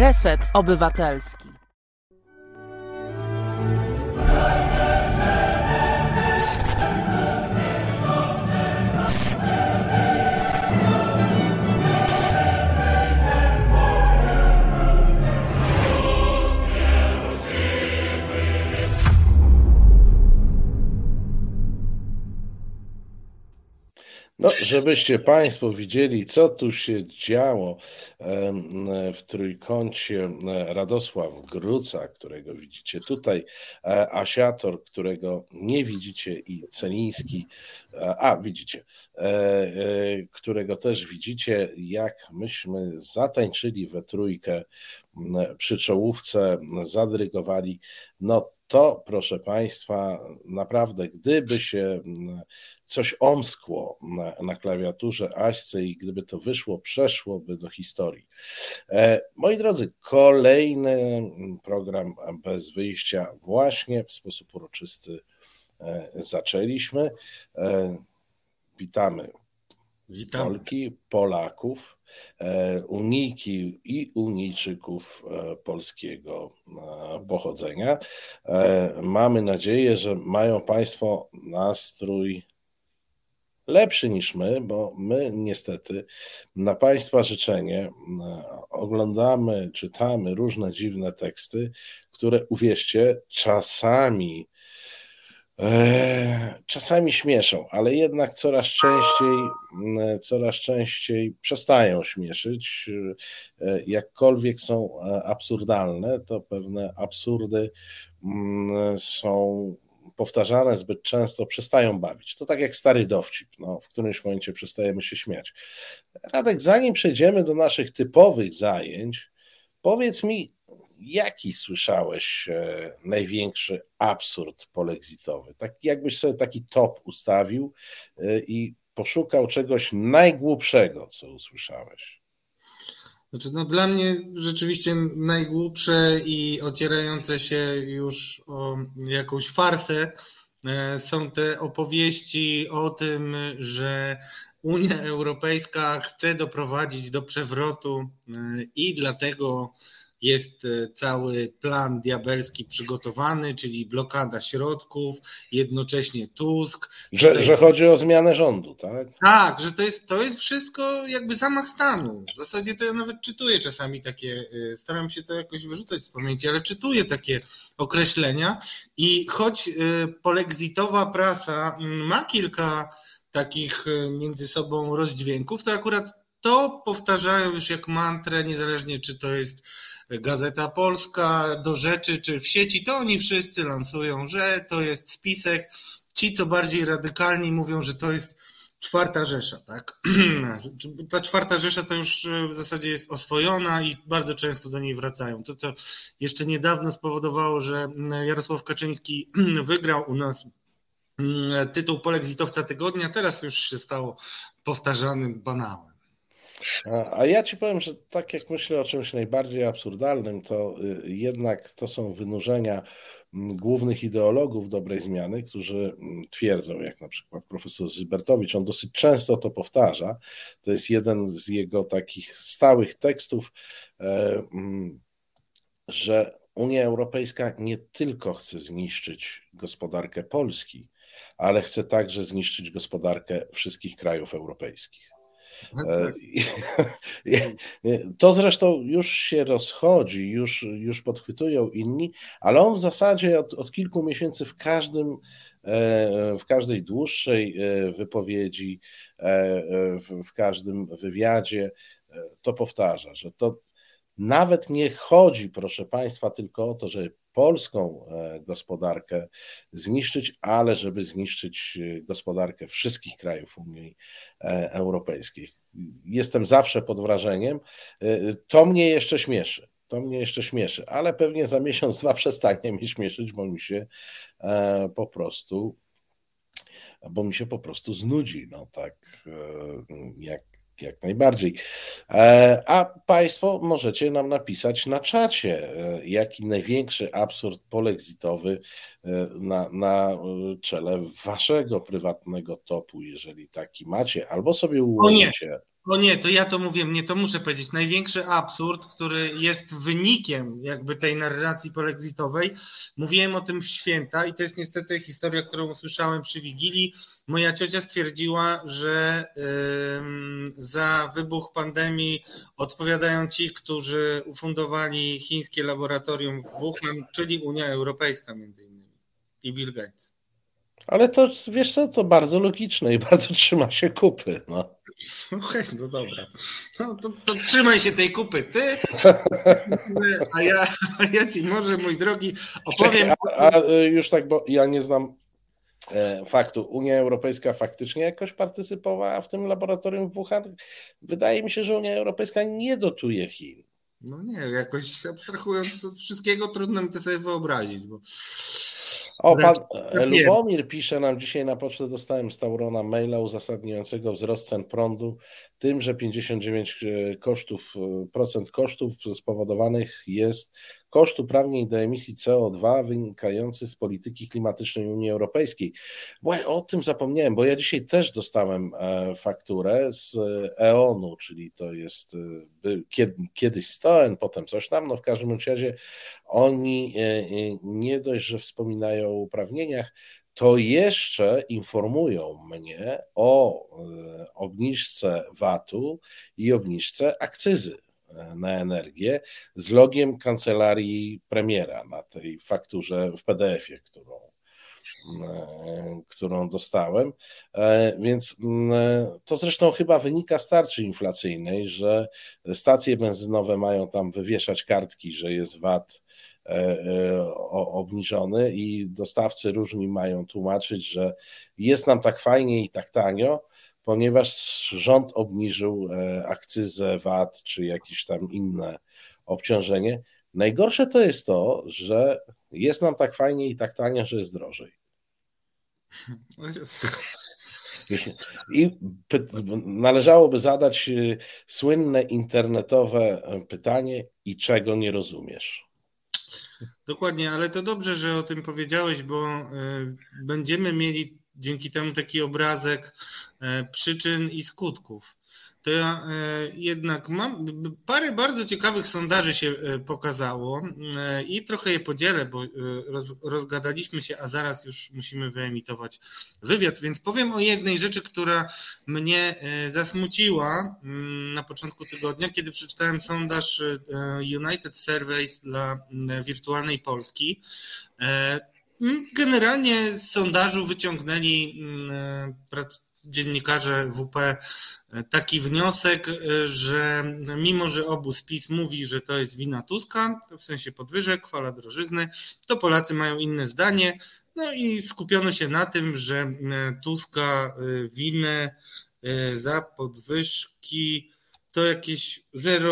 Reset Obywatelski. No, żebyście Państwo widzieli, co tu się działo w trójkącie. Radosław Gruca, którego widzicie tutaj, Asiator, którego nie widzicie, i Celiński, widzicie, którego też widzicie, jak myśmy zatańczyli we trójkę przy czołówce, zadyrygowali. No to, proszę Państwa, naprawdę, gdyby się coś omskło na klawiaturze Aśce i gdyby to wyszło, przeszłoby do historii. Moi drodzy, kolejny program Bez Wyjścia właśnie w sposób uroczysty zaczęliśmy. Witamy Polki, Polaków, Unijki i Unijczyków polskiego pochodzenia. Mamy nadzieję, że mają Państwo nastrój lepszy niż my, bo my niestety na Państwa życzenie oglądamy, czytamy różne dziwne teksty, które, uwierzcie, czasami śmieszą, ale jednak coraz częściej przestają śmieszyć. Jakkolwiek są absurdalne, to pewne absurdy są powtarzane zbyt często, przestają bawić. To tak jak stary dowcip, w którymś momencie przestajemy się śmiać. Radek, zanim przejdziemy do naszych typowych zajęć, powiedz mi, jaki słyszałeś największy absurd polexitowy? Tak jakbyś sobie taki top ustawił i poszukał czegoś najgłupszego, co usłyszałeś. Znaczy, dla mnie rzeczywiście najgłupsze i ocierające się już o jakąś farsę są te opowieści o tym, że Unia Europejska chce doprowadzić do przewrotu i dlatego jest cały plan diabelski przygotowany, czyli blokada środków, jednocześnie Tusk. Że chodzi o zmianę rządu, tak? Tak, że to jest wszystko jakby zamach stanu. W zasadzie to ja nawet czytuję czasami takie, staram się to jakoś wyrzucać z pamięci, ale czytuję takie określenia i choć polexitowa prasa ma kilka takich między sobą rozdźwięków, to akurat to powtarzają już jak mantrę, niezależnie czy to jest Gazeta Polska, Do Rzeczy, czy w sieci, to oni wszyscy lansują, że to jest spisek. Ci, co bardziej radykalni, mówią, że to jest czwarta Rzesza, tak? Ta czwarta Rzesza to już w zasadzie jest oswojona i bardzo często do niej wracają. To, co jeszcze niedawno spowodowało, że Jarosław Kaczyński wygrał u nas tytuł polexitowca tygodnia, teraz już się stało powtarzanym banałem. A ja ci powiem, że tak jak myślę o czymś najbardziej absurdalnym, to jednak to są wynurzenia głównych ideologów dobrej zmiany, którzy twierdzą, jak na przykład profesor Zybertowicz, on dosyć często to powtarza, to jest jeden z jego takich stałych tekstów, że Unia Europejska nie tylko chce zniszczyć gospodarkę Polski, ale chce także zniszczyć gospodarkę wszystkich krajów europejskich. To zresztą już się rozchodzi, już podchwytują inni, ale on w zasadzie od kilku miesięcy w każdej dłuższej wypowiedzi, w każdym wywiadzie to powtarza, że to nawet nie chodzi, proszę Państwa, tylko o to, żeby polską gospodarkę zniszczyć, ale żeby zniszczyć gospodarkę wszystkich krajów Unii Europejskiej. Jestem zawsze pod wrażeniem. To mnie jeszcze śmieszy, ale pewnie za miesiąc, dwa przestanie mnie śmieszyć, bo mi się po prostu znudzi. Tak jak najbardziej. A Państwo możecie nam napisać na czacie, jaki największy absurd polexitowy na czele waszego prywatnego topu, jeżeli taki macie, albo sobie ułożycie. O nie, to ja to mówiłem, nie, to muszę powiedzieć. Największy absurd, który jest wynikiem jakby tej narracji polexitowej. Mówiłem o tym w święta i to jest niestety historia, którą usłyszałem przy Wigilii. Moja ciocia stwierdziła, że za wybuch pandemii odpowiadają ci, którzy ufundowali chińskie laboratorium w Wuhan, czyli Unia Europejska między innymi i Bill Gates. Ale to, wiesz co, to bardzo logiczne i bardzo trzyma się kupy. No. Okej, no dobra. No, to trzymaj się tej kupy, ty, a ja ci może, mój drogi, opowiem. Już tak, bo ja nie znam faktu. Unia Europejska faktycznie jakoś partycypowała w tym laboratorium w Wuhan? Wydaje mi się, że Unia Europejska nie dotuje Chin. No nie, jakoś abstrahując od wszystkiego, trudno mi to sobie wyobrazić. Bo... O, pan Lubomir pisze nam dzisiaj na pocztę, dostałem z Taurona maila uzasadniającego wzrost cen prądu tym, że 59% kosztów spowodowanych jest koszt uprawnień do emisji CO2 wynikający z polityki klimatycznej Unii Europejskiej. O tym zapomniałem, bo ja dzisiaj też dostałem fakturę z E.ON-u, czyli to jest kiedyś Stoen, potem coś tam, no w każdym razie oni nie dość, że wspominają o uprawnieniach, to jeszcze informują mnie o obniżce VAT-u i obniżce akcyzy na energię z logiem kancelarii premiera na tej fakturze w PDF-ie, którą dostałem. Więc to zresztą chyba wynika z tarczy inflacyjnej, że stacje benzynowe mają tam wywieszać kartki, że jest VAT obniżony i dostawcy różni mają tłumaczyć, że jest nam tak fajnie i tak tanio, ponieważ rząd obniżył akcyzę, VAT czy jakieś tam inne obciążenie. Najgorsze to jest to, że jest nam tak fajnie i tak tanio, że jest drożej. I należałoby zadać słynne internetowe pytanie: i czego nie rozumiesz? Dokładnie, ale to dobrze, że o tym powiedziałeś, bo będziemy mieli dzięki temu taki obrazek przyczyn i skutków. To ja jednak mam parę bardzo ciekawych sondaży się pokazało i trochę je podzielę, bo rozgadaliśmy się, a zaraz już musimy wyemitować wywiad, więc powiem o jednej rzeczy, która mnie zasmuciła na początku tygodnia, kiedy przeczytałem sondaż United Surveys dla Wirtualnej Polski. Generalnie z sondażu wyciągnęli dziennikarze WP taki wniosek, że mimo, że obóz PiS mówi, że to jest wina Tuska, w sensie podwyżek, fala drożyzny, to Polacy mają inne zdanie. No i skupiono się na tym, że Tuska winę za podwyżki to jakieś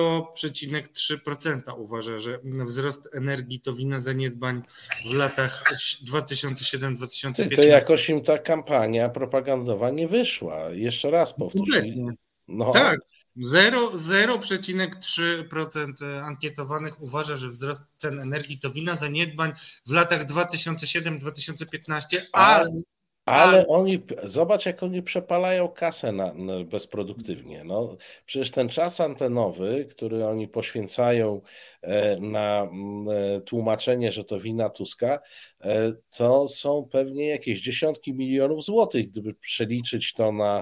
0,3% uważa, że wzrost energii to wina zaniedbań w latach 2007-2015. To jakoś im ta kampania propagandowa nie wyszła. Jeszcze raz powtórzę. No. Tak, 0,3% ankietowanych uważa, że wzrost cen energii to wina zaniedbań w latach 2007-2015, ale oni, zobacz, jak oni przepalają kasę bezproduktywnie. No, przecież ten czas antenowy, który oni poświęcają na tłumaczenie, że to wina Tuska, to są pewnie jakieś dziesiątki milionów złotych, gdyby przeliczyć to na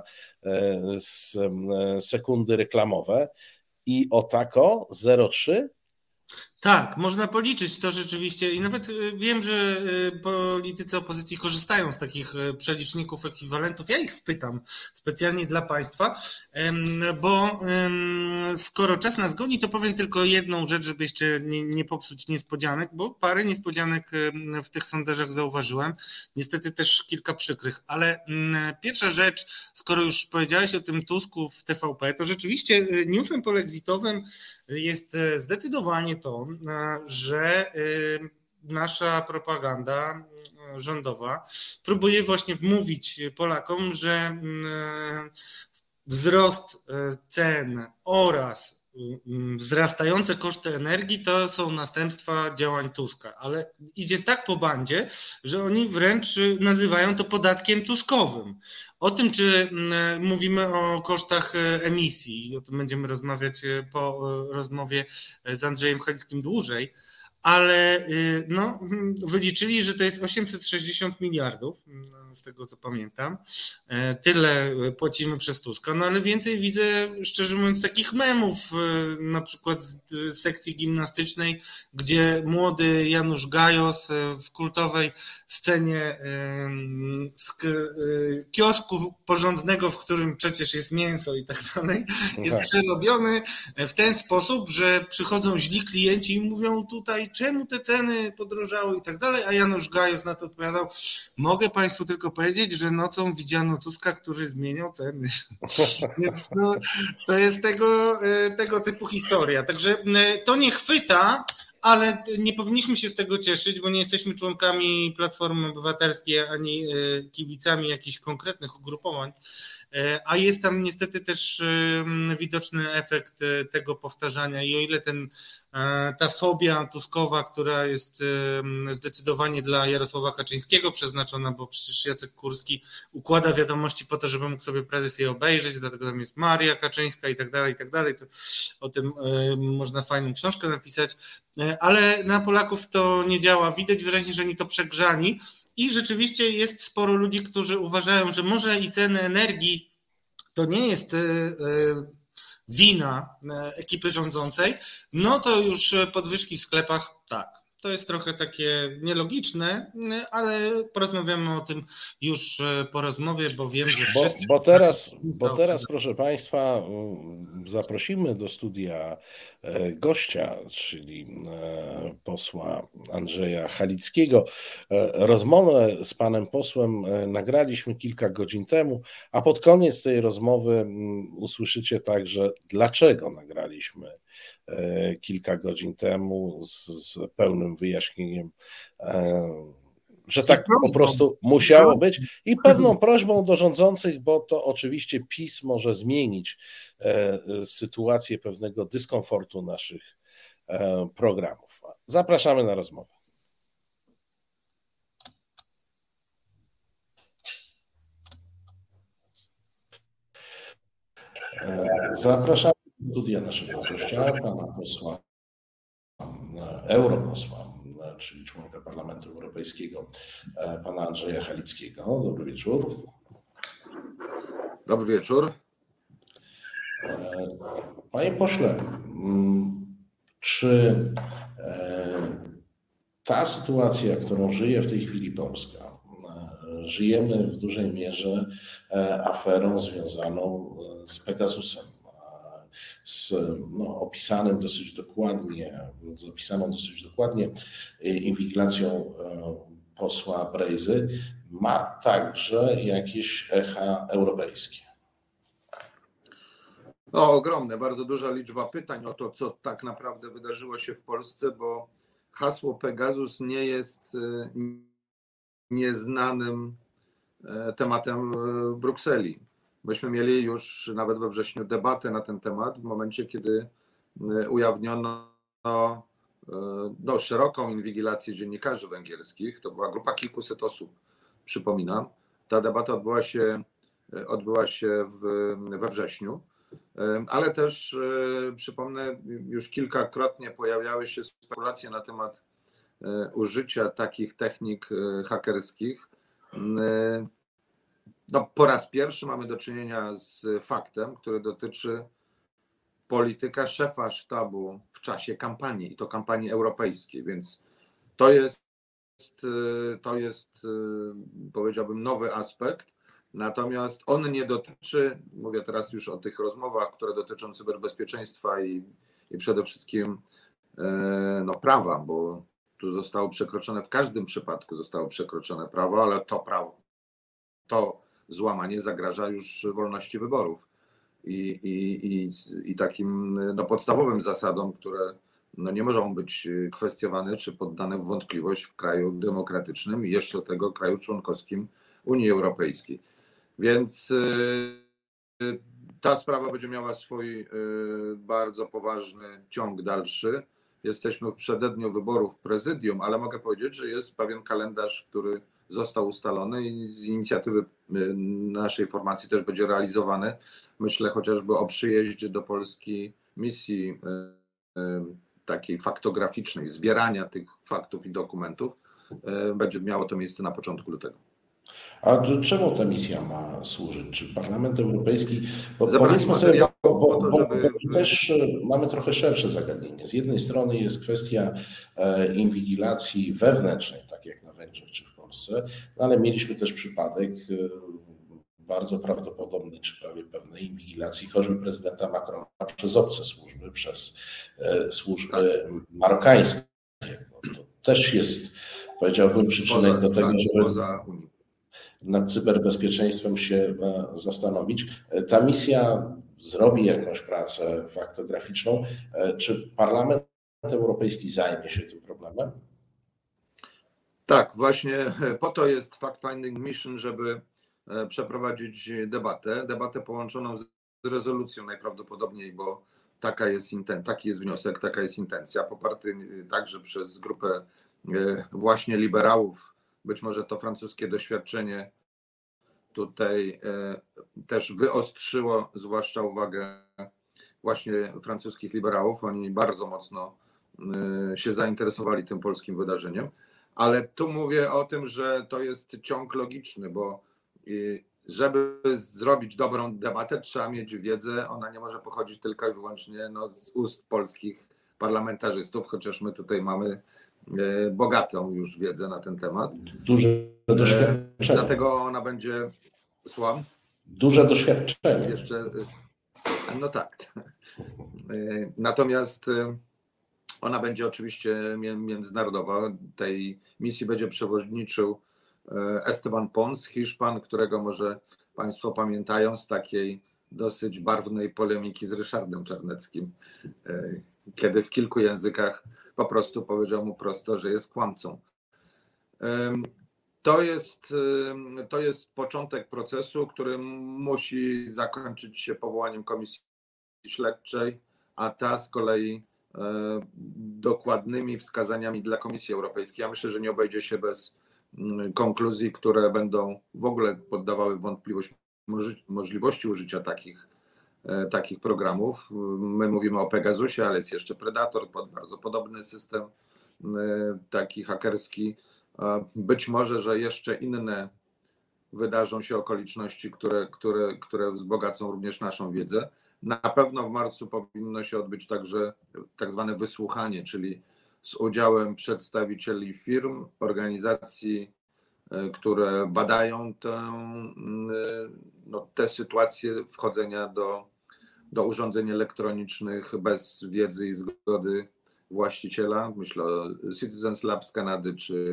sekundy reklamowe. I o tako 0,3? Tak, można policzyć to rzeczywiście i nawet wiem, że politycy opozycji korzystają z takich przeliczników, ekwiwalentów. Ja ich spytam specjalnie dla Państwa, bo skoro czas nas goni, to powiem tylko jedną rzecz, żeby jeszcze nie popsuć niespodzianek, bo parę niespodzianek w tych sondażach zauważyłem. Niestety też kilka przykrych, ale pierwsza rzecz, skoro już powiedziałeś o tym Tusku w TVP, to rzeczywiście newsem polexitowym jest zdecydowanie to, że nasza propaganda rządowa próbuje właśnie wmówić Polakom, że wzrost cen oraz wzrastające koszty energii to są następstwa działań Tuska, ale idzie tak po bandzie, że oni wręcz nazywają to podatkiem tuskowym. O tym, czy mówimy o kosztach emisji, i o tym będziemy rozmawiać po rozmowie z Andrzejem Halickim dłużej, ale no, wyliczyli, że to jest 860 miliardów, z tego co pamiętam. Tyle płacimy przez Tuska, no ale więcej widzę, szczerze mówiąc, takich memów, na przykład z sekcji gimnastycznej, gdzie młody Janusz Gajos w kultowej scenie z kiosku porządnego, w którym przecież jest mięso i tak dalej, jest przerobiony w ten sposób, że przychodzą źli klienci i mówią tutaj, czemu te ceny podrożały i tak dalej, a Janusz Gajos na to odpowiadał, mogę Państwu tylko powiedzieć, że nocą widziano Tuska, który zmieniał ceny. Więc to jest tego typu historia. Także to nie chwyta, ale nie powinniśmy się z tego cieszyć, bo nie jesteśmy członkami Platformy Obywatelskiej ani kibicami jakichś konkretnych ugrupowań, a jest tam niestety też widoczny efekt tego powtarzania i o ile ta fobia tuskowa, która jest zdecydowanie dla Jarosława Kaczyńskiego przeznaczona, bo przecież Jacek Kurski układa wiadomości po to, żeby mógł sobie prezes je obejrzeć, dlatego tam jest Maria Kaczyńska i tak dalej, to o tym można fajną książkę napisać, ale na Polaków to nie działa, widać wyraźnie, że oni to przegrzali i rzeczywiście jest sporo ludzi, którzy uważają, że może i ceny energii to nie jest wina ekipy rządzącej, no to już podwyżki w sklepach tak. To jest trochę takie nielogiczne, ale porozmawiamy o tym już po rozmowie, bo wiem, że wszyscy... Bo teraz, proszę Państwa, zaprosimy do studia gościa, czyli posła Andrzeja Halickiego. Rozmowę z panem posłem nagraliśmy kilka godzin temu, a pod koniec tej rozmowy usłyszycie także, dlaczego nagraliśmy kilka godzin temu z pełnym wyjaśnieniem, że tak po prostu musiało być i pewną prośbą do rządzących, bo to oczywiście PiS może zmienić sytuację pewnego dyskomfortu naszych programów. Zapraszamy na rozmowę. Zapraszamy do studia naszego gościa, pana posła, europosła, czyli członka Parlamentu Europejskiego, pana Andrzeja Halickiego. Dobry wieczór. Dobry wieczór. Panie pośle, czy ta sytuacja, którą żyje w tej chwili Polska, żyjemy w dużej mierze aferą związaną z Pegasusem, z opisaną dosyć dokładnie inwigilacją posła Brejzy, ma także jakieś echa europejskie? No, ogromne, bardzo duża liczba pytań o to, co tak naprawdę wydarzyło się w Polsce, bo hasło Pegasus nie jest nieznanym tematem w Brukseli. Myśmy mieli już nawet we wrześniu debatę na ten temat, w momencie, kiedy ujawniono szeroką inwigilację dziennikarzy węgierskich. To była grupa kilkuset osób, przypominam. Ta debata odbyła się we wrześniu, ale też przypomnę, już kilkakrotnie pojawiały się spekulacje na temat użycia takich technik hakerskich. Po raz pierwszy mamy do czynienia z faktem, który dotyczy polityka szefa sztabu w czasie kampanii, i to kampanii europejskiej, więc to jest powiedziałbym nowy aspekt, natomiast on nie dotyczy, mówię teraz już o tych rozmowach, które dotyczą cyberbezpieczeństwa i przede wszystkim prawa, bo tu zostało przekroczone, w każdym przypadku zostało przekroczone prawo, ale to złamanie zagraża już wolności wyborów i takim podstawowym zasadom, które nie mogą być kwestionowane czy poddane w wątpliwość w kraju demokratycznym i jeszcze tego kraju członkowskim Unii Europejskiej. Więc Ta sprawa będzie miała swój bardzo poważny ciąg dalszy. Jesteśmy w przededniu wyborów prezydium, ale mogę powiedzieć, że jest pewien kalendarz, który został ustalony i z inicjatywy naszej formacji też będzie realizowany. Myślę chociażby o przyjeździe do Polski misji takiej faktograficznej, zbierania tych faktów i dokumentów. Będzie miało to miejsce na początku lutego. A czemu ta misja ma służyć? Czy Parlament Europejski... Powiedzmy sobie, bo też mamy trochę szersze zagadnienie. Z jednej strony jest kwestia inwigilacji wewnętrznej, tak jak na Węgrzech czy w Polsce, ale mieliśmy też przypadek bardzo prawdopodobnej, czy prawie pewnej inwigilacji choćby prezydenta Macrona przez obce służby, przez służby marokańskie. To też jest, powiedziałbym, przyczynek do tego, żeby nad cyberbezpieczeństwem się zastanowić. Ta misja zrobi jakąś pracę faktograficzną. Czy Parlament Europejski zajmie się tym problemem? Tak, właśnie po to jest Fact-Finding Mission, żeby przeprowadzić debatę połączoną z rezolucją najprawdopodobniej, bo taki jest wniosek, taka jest intencja, poparty także przez grupę właśnie liberałów. Być może to francuskie doświadczenie tutaj też wyostrzyło zwłaszcza uwagę właśnie francuskich liberałów. Oni bardzo mocno się zainteresowali tym polskim wydarzeniem. Ale tu mówię o tym, że to jest ciąg logiczny, bo żeby zrobić dobrą debatę, trzeba mieć wiedzę. Ona nie może pochodzić tylko i wyłącznie z ust polskich parlamentarzystów, chociaż my tutaj mamy bogatą już wiedzę na ten temat. Duże doświadczenie. Dlatego ona będzie... Słucham? Duże doświadczenie. Jeszcze, no tak. Natomiast ona będzie oczywiście międzynarodowa. Tej misji będzie przewodniczył Esteban Pons, Hiszpan, którego może Państwo pamiętają z takiej dosyć barwnej polemiki z Ryszardem Czarneckim, kiedy w kilku językach po prostu powiedział mu prosto, że jest kłamcą. To jest początek procesu, który musi zakończyć się powołaniem komisji śledczej, a ta z kolei dokładnymi wskazaniami dla Komisji Europejskiej. Ja myślę, że nie obejdzie się bez konkluzji, które będą w ogóle poddawały wątpliwość możliwości użycia takich programów. My mówimy o Pegasusie, ale jest jeszcze Predator, bardzo podobny system taki hakerski. Być może, że jeszcze inne wydarzą się okoliczności, które wzbogacą również naszą wiedzę. Na pewno w marcu powinno się odbyć także tak zwane wysłuchanie, czyli z udziałem przedstawicieli firm, organizacji, które badają te sytuacje wchodzenia do urządzeń elektronicznych bez wiedzy i zgody właściciela. Myślę o Citizens Lab z Kanady,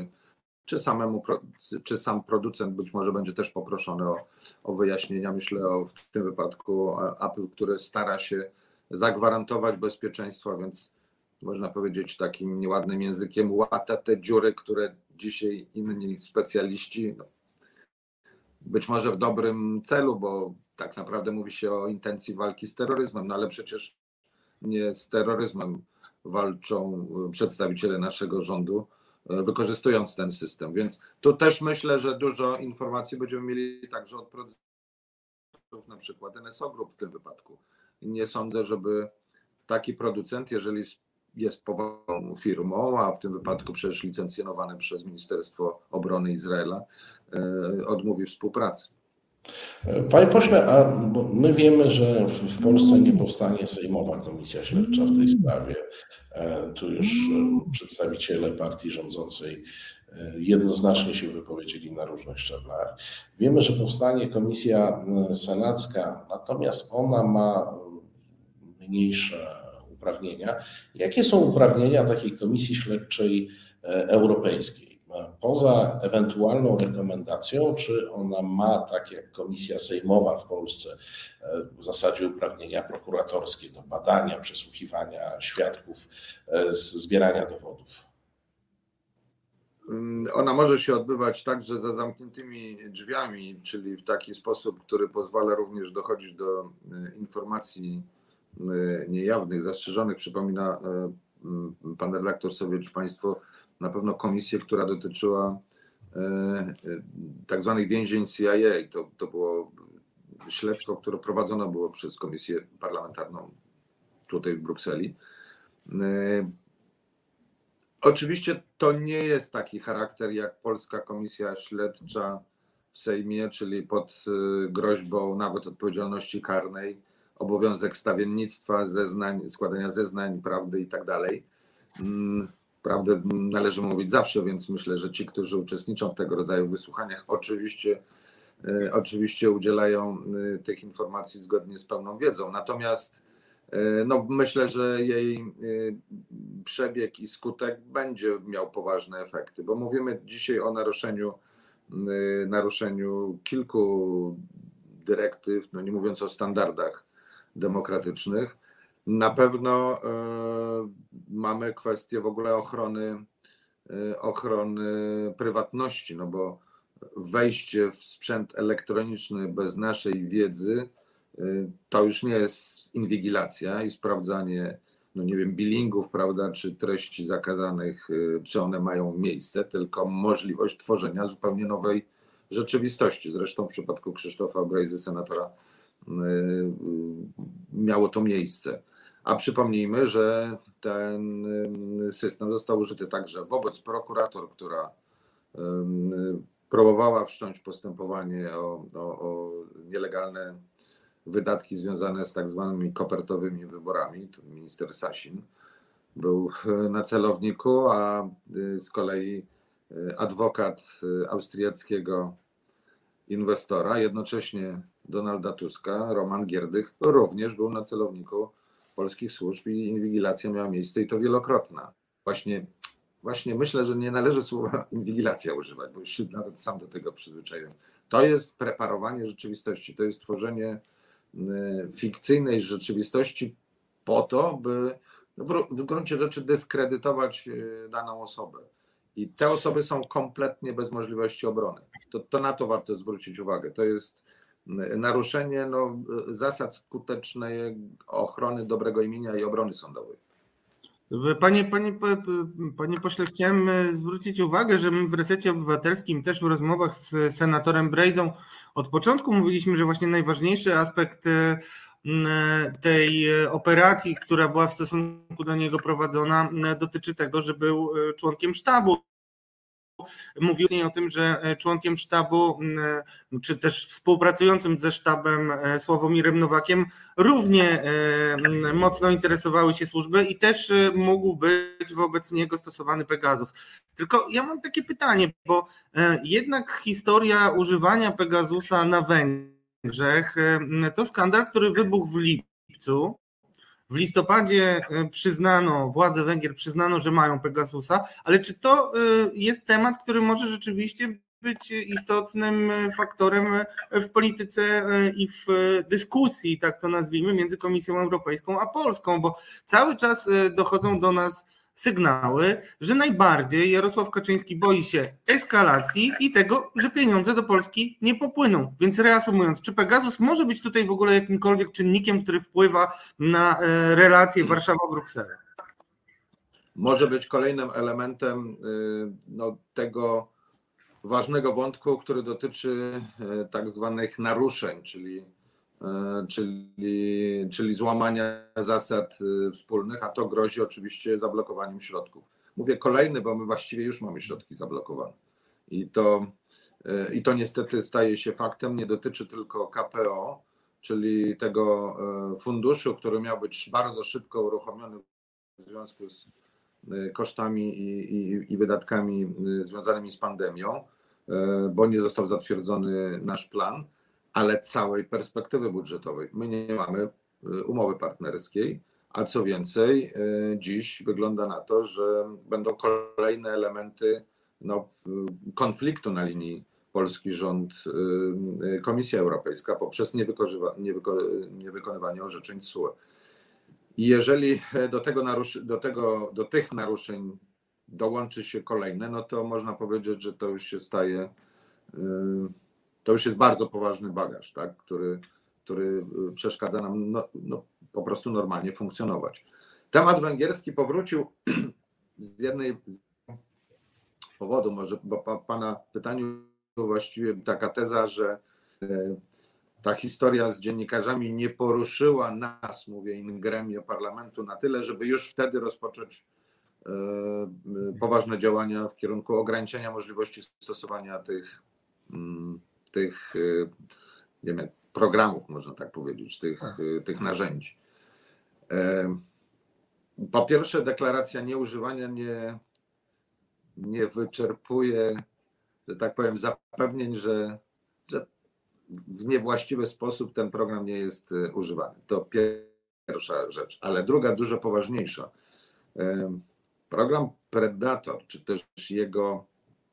czy sam producent być może będzie też poproszony o wyjaśnienia. Myślę w tym wypadku Apple, który stara się zagwarantować bezpieczeństwo, więc można powiedzieć takim nieładnym językiem łata te dziury, które dzisiaj inni specjaliści, być może w dobrym celu, bo tak naprawdę mówi się o intencji walki z terroryzmem, ale przecież nie z terroryzmem walczą przedstawiciele naszego rządu, wykorzystując ten system. Więc tu też myślę, że dużo informacji będziemy mieli także od producentów, na przykład NSO Group w tym wypadku. Nie sądzę, żeby taki producent, jeżeli jest poważną firmą, a w tym wypadku przecież licencjonowany przez Ministerstwo Obrony Izraela, odmówi współpracy. Panie pośle, a my wiemy, że w Polsce nie powstanie sejmowa komisja śledcza w tej sprawie. Tu już przedstawiciele partii rządzącej jednoznacznie się wypowiedzieli na różnych szczeblach. Wiemy, że powstanie komisja senacka, natomiast ona ma mniejsze uprawnienia. Jakie są uprawnienia takiej komisji śledczej europejskiej? Poza ewentualną rekomendacją, czy ona ma, tak jak komisja sejmowa w Polsce, w zasadzie uprawnienia prokuratorskie do badania, przesłuchiwania świadków, zbierania dowodów? ona może się odbywać także za zamkniętymi drzwiami, czyli w taki sposób, który pozwala również dochodzić do informacji niejawnych, zastrzeżonych. Przypomina pan redaktor sobie, czy państwo, na pewno komisję, która dotyczyła tak zwanych więzień CIA. To było śledztwo, które prowadzone było przez Komisję Parlamentarną tutaj w Brukseli. Oczywiście to nie jest taki charakter jak Polska Komisja Śledcza w Sejmie, czyli pod groźbą nawet odpowiedzialności karnej, obowiązek stawiennictwa, zeznań, składania zeznań, prawdy i tak dalej. Prawdę należy mówić zawsze, więc myślę, że ci, którzy uczestniczą w tego rodzaju wysłuchaniach, oczywiście udzielają tych informacji zgodnie z pełną wiedzą. Natomiast myślę, że jej przebieg i skutek będzie miał poważne efekty, bo mówimy dzisiaj o naruszeniu kilku dyrektyw, nie mówiąc o standardach demokratycznych. Na pewno mamy kwestię w ogóle ochrony prywatności, bo wejście w sprzęt elektroniczny bez naszej wiedzy to już nie jest inwigilacja i sprawdzanie, billingów, prawda, czy treści zakazanych, czy one mają miejsce, tylko możliwość tworzenia zupełnie nowej rzeczywistości. Zresztą w przypadku Krzysztofa Brejzy, senatora, miało to miejsce. A przypomnijmy, że ten system został użyty także wobec prokurator, która próbowała wszcząć postępowanie o nielegalne wydatki związane z tak zwanymi kopertowymi wyborami. To minister Sasin był na celowniku, a z kolei adwokat austriackiego inwestora, jednocześnie Donalda Tuska, Roman Gierdych, również był na celowniku polskich służb i inwigilacja miała miejsce i to wielokrotna. Właśnie myślę, że nie należy słowa inwigilacja używać, bo już nawet sam do tego przyzwyczaiłem. To jest preparowanie rzeczywistości, to jest tworzenie fikcyjnej rzeczywistości po to, by w gruncie rzeczy dyskredytować daną osobę. I te osoby są kompletnie bez możliwości obrony. To na to warto zwrócić uwagę. To jest naruszenie zasad skutecznej ochrony dobrego imienia i obrony sądowej. Panie pośle, chciałem zwrócić uwagę, że my w Resecie Obywatelskim też w rozmowach z senatorem Brejzą od początku mówiliśmy, że właśnie najważniejszy aspekt tej operacji, która była w stosunku do niego prowadzona, dotyczy tego, że był członkiem sztabu. Mówił o tym, że członkiem sztabu, czy też współpracującym ze sztabem Sławomirem Nowakiem równie mocno interesowały się służby i też mógł być wobec niego stosowany Pegasus. Tylko ja mam takie pytanie, bo jednak historia używania Pegasusa na Węgrzech to skandal, który wybuchł w lipcu. W listopadzie władze Węgier przyznano, że mają Pegasusa, ale czy to jest temat, który może rzeczywiście być istotnym faktorem w polityce i w dyskusji, tak to nazwijmy, między Komisją Europejską a Polską, bo cały czas dochodzą do nas sygnały, że najbardziej Jarosław Kaczyński boi się eskalacji i tego, że pieniądze do Polski nie popłyną. Więc reasumując, czy Pegasus może być tutaj w ogóle jakimkolwiek czynnikiem, który wpływa na relacje Warszawa-Bruksela? Może być kolejnym elementem tego ważnego wątku, który dotyczy tak zwanych naruszeń, czyli złamania zasad wspólnych, a to grozi oczywiście zablokowaniem środków. Mówię kolejny, bo my właściwie już mamy środki zablokowane. I to niestety staje się faktem, nie dotyczy tylko KPO, czyli tego funduszu, który miał być bardzo szybko uruchomiony w związku z kosztami i wydatkami związanymi z pandemią, bo nie został zatwierdzony nasz plan, ale całej perspektywy budżetowej. My nie mamy umowy partnerskiej, a co więcej, dziś wygląda na to, że będą kolejne elementy konfliktu na linii polski rząd, Komisja Europejska poprzez niewykonywanie orzeczeń TSUE. I jeżeli do tych naruszeń dołączy się kolejne, no to można powiedzieć, że to już się staje, to już jest bardzo poważny bagaż, tak, który przeszkadza nam po prostu normalnie funkcjonować. Temat węgierski powrócił z jednej powodu, może, bo pana pytaniu właściwie taka teza, że ta historia z dziennikarzami nie poruszyła nas, mówię in gremio parlamentu, na tyle, żeby już wtedy rozpocząć poważne działania w kierunku ograniczenia możliwości stosowania tych nie wiem, programów, można tak powiedzieć, tych narzędzi. Po pierwsze, deklaracja nieużywania nie wyczerpuje, że tak powiem, zapewnień, że w niewłaściwy sposób ten program nie jest używany. To pierwsza rzecz. Ale druga, dużo poważniejsza. Program Predator, czy też jego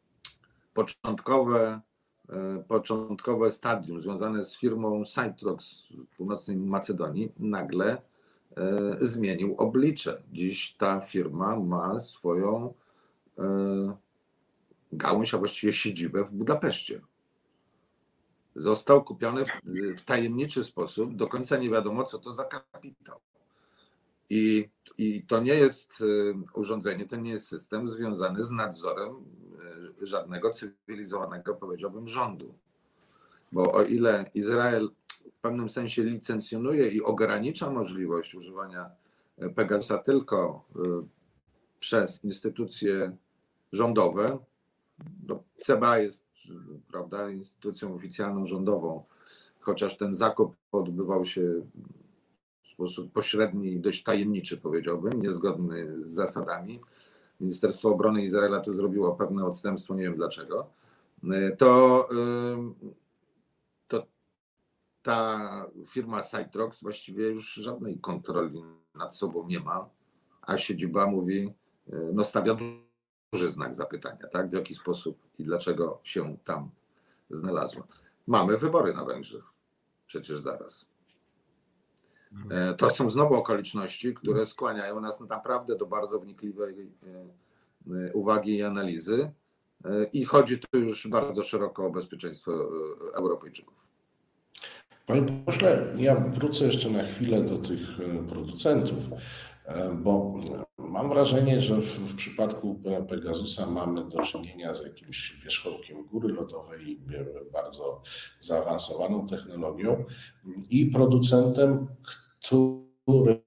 początkowe stadium związane z firmą Cytrox w północnej Macedonii nagle zmienił oblicze. Dziś ta firma ma swoją gałąź, a właściwie siedzibę w Budapeszcie. Został kupiony w tajemniczy sposób, do końca nie wiadomo, co to za kapitał. I to nie jest urządzenie, to nie jest system związany z nadzorem żadnego cywilizowanego, powiedziałbym, rządu. Bo o ile Izrael w pewnym sensie licencjonuje i ogranicza możliwość używania Pegasusa tylko przez instytucje rządowe, CBA jest, prawda, instytucją oficjalną rządową, chociaż ten zakup odbywał się w sposób pośredni i dość tajemniczy, powiedziałbym, niezgodny z zasadami. Ministerstwo Obrony Izraela tu zrobiło pewne odstępstwo, nie wiem dlaczego. To ta firma Cytrox właściwie już żadnej kontroli nad sobą nie ma, a siedziba mówi, stawia duży znak zapytania, tak? W jaki sposób i dlaczego się tam znalazła. Mamy wybory na Węgrzech, przecież zaraz. To są znowu okoliczności, które skłaniają nas naprawdę do bardzo wnikliwej uwagi i analizy i chodzi tu już bardzo szeroko o bezpieczeństwo Europejczyków. Panie pośle, ja wrócę jeszcze na chwilę do tych producentów, bo mam wrażenie, że w przypadku Pegasusa mamy do czynienia z jakimś wierzchołkiem góry lodowej, bardzo zaawansowaną technologią i producentem, który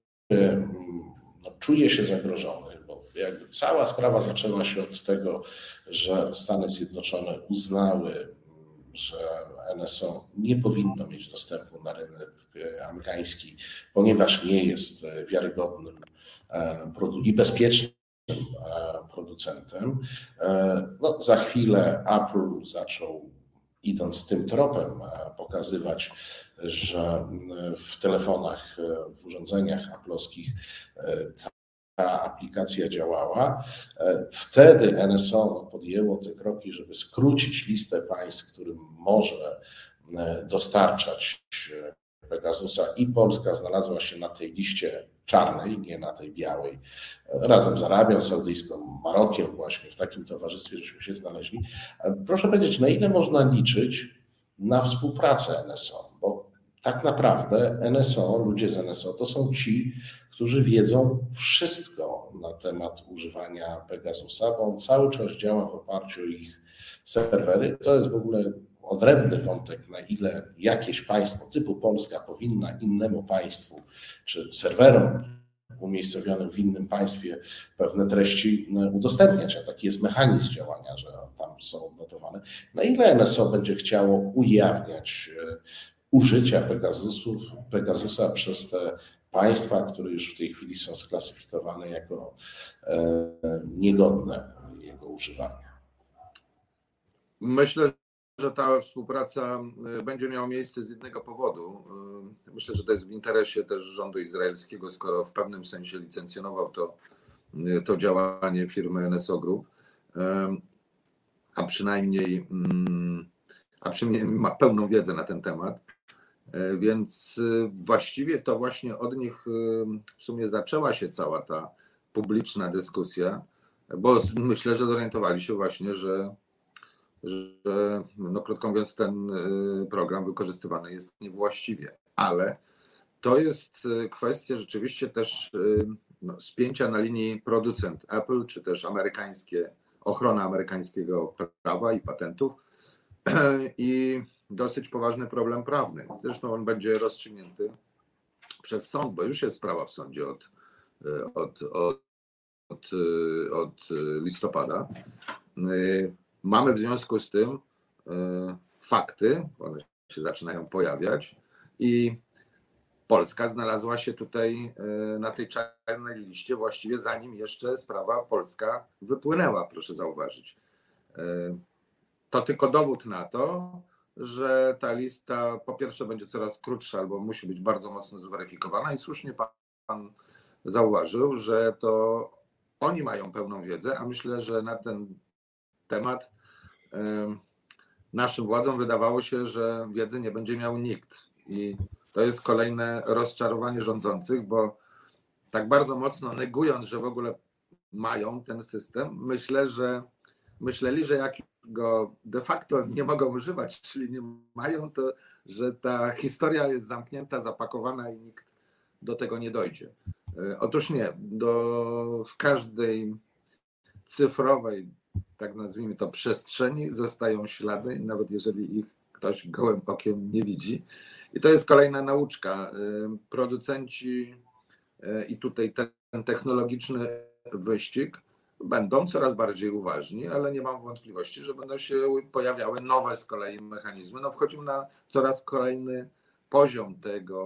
czuje się zagrożony, bo jakby cała sprawa zaczęła się od tego, że Stany Zjednoczone uznały, że NSO nie powinno mieć dostępu na rynek amerykański, ponieważ nie jest wiarygodnym i bezpiecznym producentem. Za chwilę Apple zaczął, idąc tym tropem, pokazywać, że w telefonach, w urządzeniach aploskich ta aplikacja działała. Wtedy NSO podjęło te kroki, żeby skrócić listę państw, którym może dostarczać Pegasusa, i Polska znalazła się na tej liście czarnej, nie na tej białej, razem z Arabią Saudyjską, Marokiem, właśnie w takim towarzystwie, żeśmy się znaleźli. Proszę powiedzieć, na ile można liczyć na współpracę NSO, bo tak naprawdę NSO, ludzie z NSO to są ci, którzy wiedzą wszystko na temat używania Pegasusa, bo on cały czas działa w oparciu o ich serwery. To jest w ogóle odrębny wątek, na ile jakieś państwo typu Polska powinna innemu państwu czy serwerom umiejscowionym w innym państwie pewne treści udostępniać, a taki jest mechanizm działania, że tam są odnotowane. Na ile NSO będzie chciało ujawniać użycia Pegasusa przez te państwa, które już w tej chwili są sklasyfikowane jako niegodne jego używania? Myślę, że ta współpraca będzie miała miejsce z jednego powodu. Myślę, że to jest w interesie też rządu izraelskiego, skoro w pewnym sensie licencjonował to działanie firmy NSO Group, a przynajmniej ma pełną wiedzę na ten temat. Więc właściwie to właśnie od nich w sumie zaczęła się cała ta publiczna dyskusja bo myślę, że zorientowali się właśnie, że no krótko mówiąc ten program wykorzystywany jest niewłaściwie, ale to jest kwestia rzeczywiście też spięcia na linii producent Apple, czy też ochrona amerykańskiego prawa i patentów i dosyć poważny problem prawny. Zresztą on będzie rozstrzygnięty przez sąd, bo już jest sprawa w sądzie od listopada. Mamy w związku z tym fakty, one się zaczynają pojawiać i Polska znalazła się tutaj na tej czarnej liście właściwie zanim jeszcze sprawa polska wypłynęła, proszę zauważyć. To tylko dowód na to, że ta lista po pierwsze będzie coraz krótsza albo musi być bardzo mocno zweryfikowana i słusznie pan zauważył, że to oni mają pełną wiedzę, a myślę, że na ten temat naszym władzom wydawało się, że wiedzy nie będzie miał nikt i to jest kolejne rozczarowanie rządzących, bo tak bardzo mocno negując, że w ogóle mają ten system, myśleli, że jak go de facto nie mogą używać, czyli nie mają, to że ta historia jest zamknięta, zapakowana i nikt do tego nie dojdzie. Otóż nie, w każdej cyfrowej, tak nazwijmy to, przestrzeni zostają ślady, nawet jeżeli ich ktoś gołym okiem nie widzi. I to jest kolejna nauczka. Producenci i tutaj ten technologiczny wyścig będą coraz bardziej uważni, ale nie mam wątpliwości, że będą się pojawiały nowe z kolei mechanizmy. No wchodzimy na coraz kolejny poziom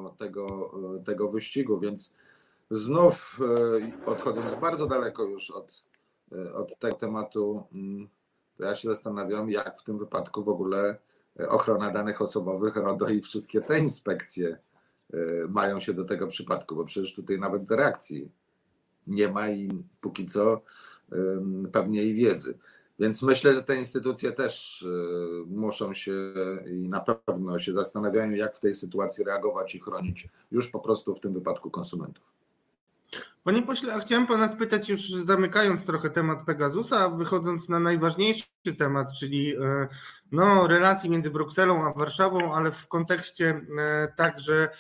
tego wyścigu, więc znów odchodząc bardzo daleko już od tego tematu, to ja się zastanawiam, jak w tym wypadku w ogóle ochrona danych osobowych, RODO i wszystkie te inspekcje mają się do tego przypadku, bo przecież tutaj nawet reakcji nie ma i póki co pewnie i wiedzy. Więc myślę, że te instytucje też muszą się i na pewno się zastanawiają, jak w tej sytuacji reagować i chronić już po prostu w tym wypadku konsumentów. Panie pośle, a chciałem pana spytać, już zamykając trochę temat Pegasusa, a wychodząc na najważniejszy temat, czyli relacji między Brukselą a Warszawą, ale w kontekście także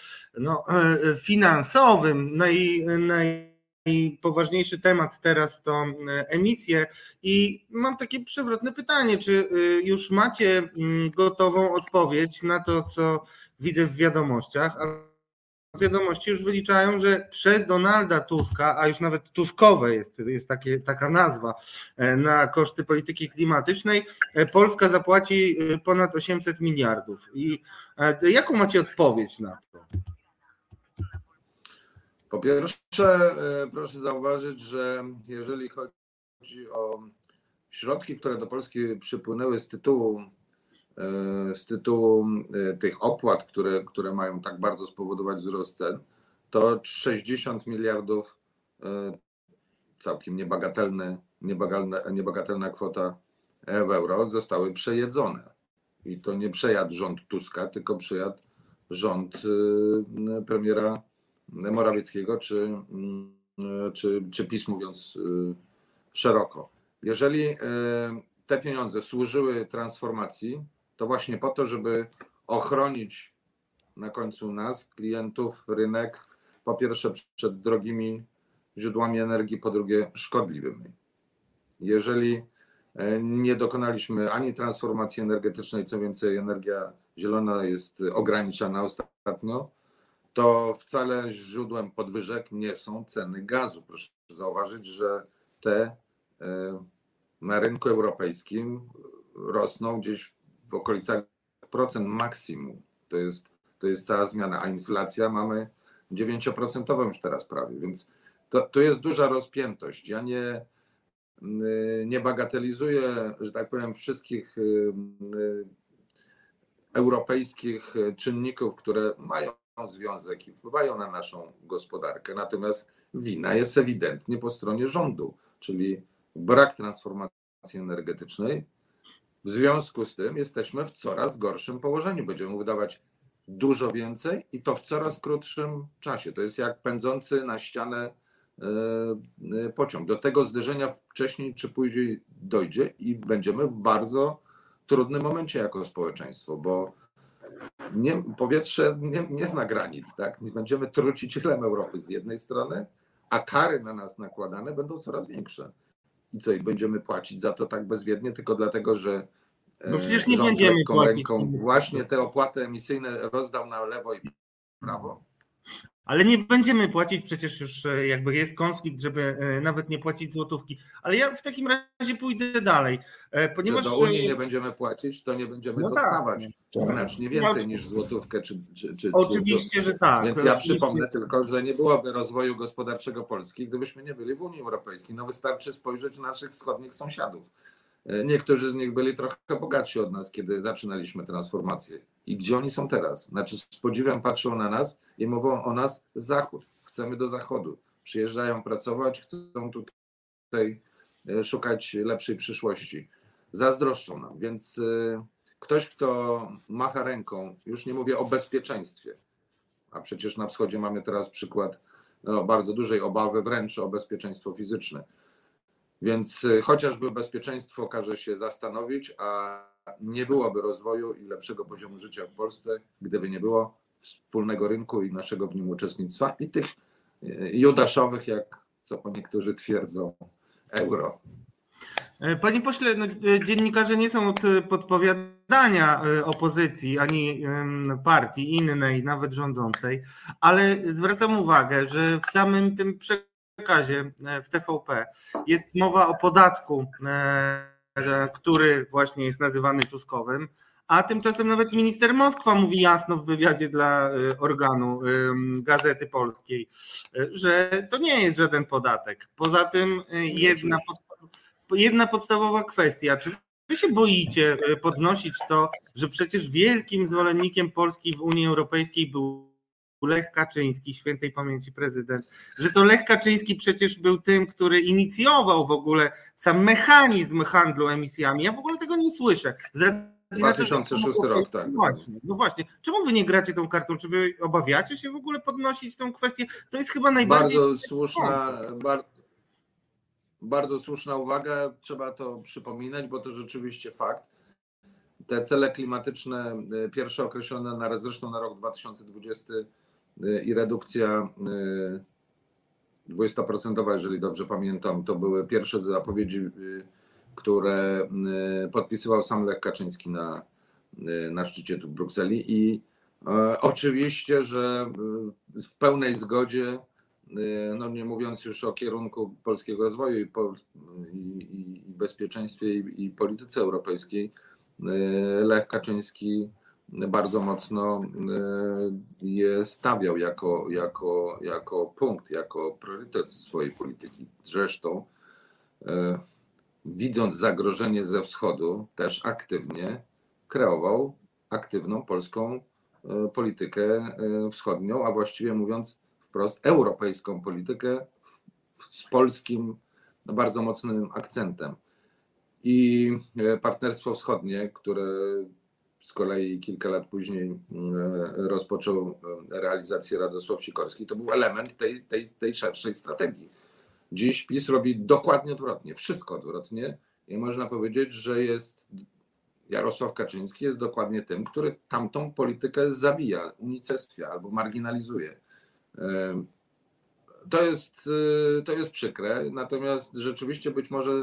finansowym. Najpoważniejszy temat teraz to emisje i mam takie przewrotne pytanie, czy już macie gotową odpowiedź na to, co widzę w wiadomościach? Wiadomości już wyliczają, że przez Donalda Tuska, a już nawet tuskowe jest taka nazwa, na koszty polityki klimatycznej, Polska zapłaci ponad 800 miliardów. I jaką macie odpowiedź na to? Po pierwsze, proszę zauważyć, że jeżeli chodzi o środki, które do Polski przypłynęły z tytułu tych opłat, które mają tak bardzo spowodować wzrost cen, to 60 miliardów, całkiem niebagatelna kwota euro, zostały przejedzone. I to nie przejadł rząd Tuska, tylko przejadł rząd premiera Morawieckiego, czy PiS, mówiąc szeroko. Jeżeli te pieniądze służyły transformacji, to właśnie po to, żeby ochronić na końcu nas, klientów, rynek, po pierwsze przed drogimi źródłami energii, po drugie szkodliwymi. Jeżeli nie dokonaliśmy ani transformacji energetycznej, co więcej, energia zielona jest ograniczana ostatnio, to wcale źródłem podwyżek nie są ceny gazu. Proszę zauważyć, że te na rynku europejskim rosną gdzieś w okolicach procent maksimum. To jest cała zmiana, a inflacja mamy 9% już teraz prawie, więc to jest duża rozpiętość. Ja nie bagatelizuję, że tak powiem, wszystkich europejskich czynników, które mają związek i wpływają na naszą gospodarkę. Natomiast wina jest ewidentnie po stronie rządu, czyli brak transformacji energetycznej. W związku z tym jesteśmy w coraz gorszym położeniu. Będziemy wydawać dużo więcej i to w coraz krótszym czasie. To jest jak pędzący na ścianę pociąg. Do tego zderzenia wcześniej czy później dojdzie i będziemy w bardzo trudnym momencie jako społeczeństwo, bo powietrze nie zna granic, tak? Będziemy trucicielem Europy z jednej strony, a kary na nas nakładane będą coraz większe. I co, i będziemy płacić za to tak bezwiednie, tylko dlatego, że no przecież nie rząd będziemy lekką płacić. ręką właśnie te opłaty emisyjne rozdał na lewo i prawo. Ale nie będziemy płacić, przecież już jakby jest konflikt, żeby nawet nie płacić złotówki. Ale ja w takim razie pójdę dalej. Ponieważ że do Unii nie będziemy płacić, to nie będziemy dostawać znacznie więcej niż złotówkę. Oczywiście, że tak. Więc ja przypomnę tylko, że nie byłoby rozwoju gospodarczego Polski, gdybyśmy nie byli w Unii Europejskiej. No wystarczy spojrzeć na naszych wschodnich sąsiadów. Niektórzy z nich byli trochę bogatsi od nas, kiedy zaczynaliśmy transformację. I gdzie oni są teraz? Znaczy z podziwem patrzą na nas i mówią o nas Zachód. Chcemy do Zachodu. Przyjeżdżają pracować, chcą tutaj szukać lepszej przyszłości. Zazdroszczą nam. Więc ktoś, kto macha ręką, już nie mówię o bezpieczeństwie, a przecież na wschodzie mamy teraz przykład bardzo dużej obawy wręcz o bezpieczeństwo fizyczne. Więc chociażby bezpieczeństwo każe się zastanowić, a nie byłoby rozwoju i lepszego poziomu życia w Polsce, gdyby nie było wspólnego rynku i naszego w nim uczestnictwa i tych judaszowych, jak co niektórzy twierdzą, euro. Panie pośle, no, dziennikarze nie są od podpowiadania opozycji ani partii innej, nawet rządzącej, ale zwracam uwagę, że w samym tym przekazie w TVP jest mowa o podatku, który właśnie jest nazywany Tuskowym, a tymczasem nawet minister Moskwa mówi jasno w wywiadzie dla organu Gazety Polskiej, że to nie jest żaden podatek. Poza tym jedna podstawowa kwestia, czy wy się boicie podnosić to, że przecież wielkim zwolennikiem Polski w Unii Europejskiej był Lech Kaczyński, świętej pamięci prezydent, że to Lech Kaczyński przecież był tym, który inicjował w ogóle sam mechanizm handlu emisjami. Ja w ogóle tego nie słyszę. 2006 rok, tak. No właśnie. Czemu wy nie gracie tą kartą? Czy wy obawiacie się w ogóle podnosić tę kwestię? To jest chyba najbardziej... Bardzo słuszna uwaga, trzeba to przypominać, bo to rzeczywiście fakt. Te cele klimatyczne, pierwsze określone zresztą na rok 2020 i redukcja 20%, jeżeli dobrze pamiętam, to były pierwsze zapowiedzi, które podpisywał sam Lech Kaczyński na szczycie tu w Brukseli i oczywiście, że w pełnej zgodzie, no nie mówiąc już o kierunku polskiego rozwoju i bezpieczeństwie i polityce europejskiej, Lech Kaczyński bardzo mocno je stawiał jako punkt, jako priorytet swojej polityki. Zresztą widząc zagrożenie ze wschodu, też aktywnie kreował aktywną polską politykę wschodnią, a właściwie mówiąc wprost europejską politykę z polskim bardzo mocnym akcentem. I Partnerstwo Wschodnie, które z kolei kilka lat później rozpoczął realizację Radosław Sikorski, to był element tej szerszej strategii. Dziś PiS robi dokładnie odwrotnie, wszystko odwrotnie i można powiedzieć, że Jarosław Kaczyński jest dokładnie tym, który tamtą politykę zabija, unicestwia albo marginalizuje. To jest przykre, natomiast rzeczywiście być może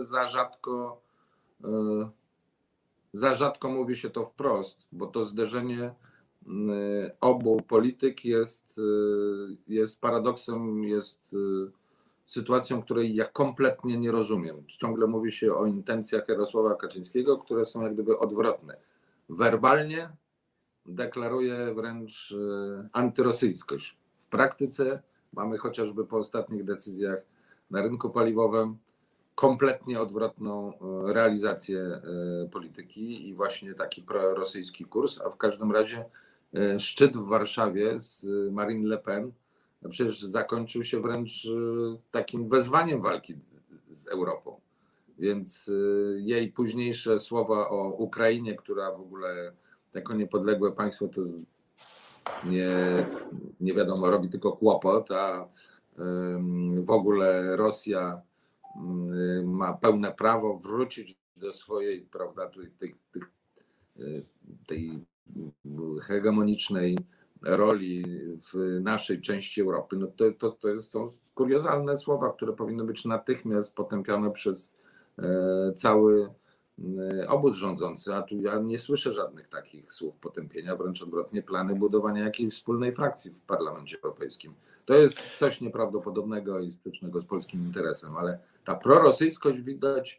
za rzadko mówi się to wprost, bo to zderzenie obu polityk jest paradoksem, jest sytuacją, której ja kompletnie nie rozumiem. Ciągle mówi się o intencjach Jarosława Kaczyńskiego, które są jak gdyby odwrotne. Werbalnie deklaruje wręcz antyrosyjskość. W praktyce mamy chociażby po ostatnich decyzjach na rynku paliwowym kompletnie odwrotną realizację polityki i właśnie taki prorosyjski kurs, a w każdym razie szczyt w Warszawie z Marine Le Pen przecież zakończył się wręcz takim wezwaniem walki z Europą. Więc jej późniejsze słowa o Ukrainie, która w ogóle jako niepodległe państwo to nie wiadomo, robi tylko kłopot, w ogóle Rosja ma pełne prawo wrócić do swojej, prawda, tej hegemonicznej roli w naszej części Europy, no to są kuriozalne słowa, które powinny być natychmiast potępione przez cały obóz rządzący, a tu ja nie słyszę żadnych takich słów potępienia, wręcz odwrotnie, plany budowania jakiejś wspólnej frakcji w Parlamencie Europejskim. To jest coś nieprawdopodobnego i sprzecznego z polskim interesem, ale tą prorosyjskość widać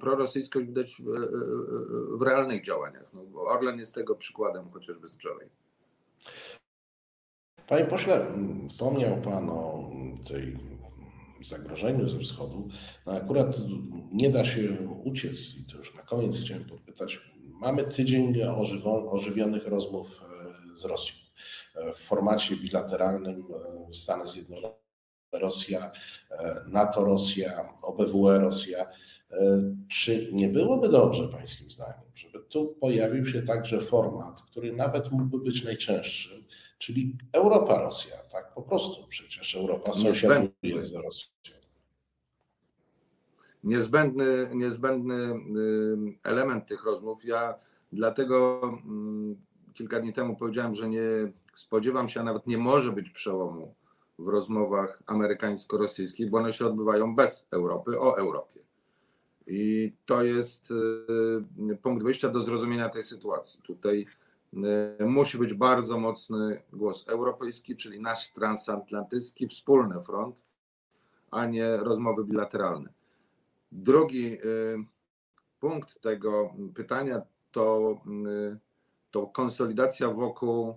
w realnych działaniach. No, bo Orlen jest tego przykładem chociażby z wczoraj. Panie pośle, wspomniał Pan o tej zagrożeniu ze wschodu. No akurat nie da się uciec i to już na koniec chciałem podpytać. Mamy tydzień ożywionych rozmów z Rosją w formacie bilateralnym Stany Zjednoczone, Rosja, NATO Rosja, OBWE Rosja. Czy nie byłoby dobrze, pańskim zdaniem, żeby tu pojawił się także format, który nawet mógłby być najczęstszym, czyli Europa-Rosja, tak po prostu, przecież Europa sąsiaduje z Rosją. Niezbędny element tych rozmów. Ja dlatego kilka dni temu powiedziałem, że nie spodziewam się, a nawet nie może być przełomu w rozmowach amerykańsko-rosyjskich, bo one się odbywają bez Europy, o Europie. I to jest punkt wyjścia do zrozumienia tej sytuacji. Tutaj musi być bardzo mocny głos europejski, czyli nasz transatlantycki, wspólny front, a nie rozmowy bilateralne. Drugi punkt tego pytania to konsolidacja wokół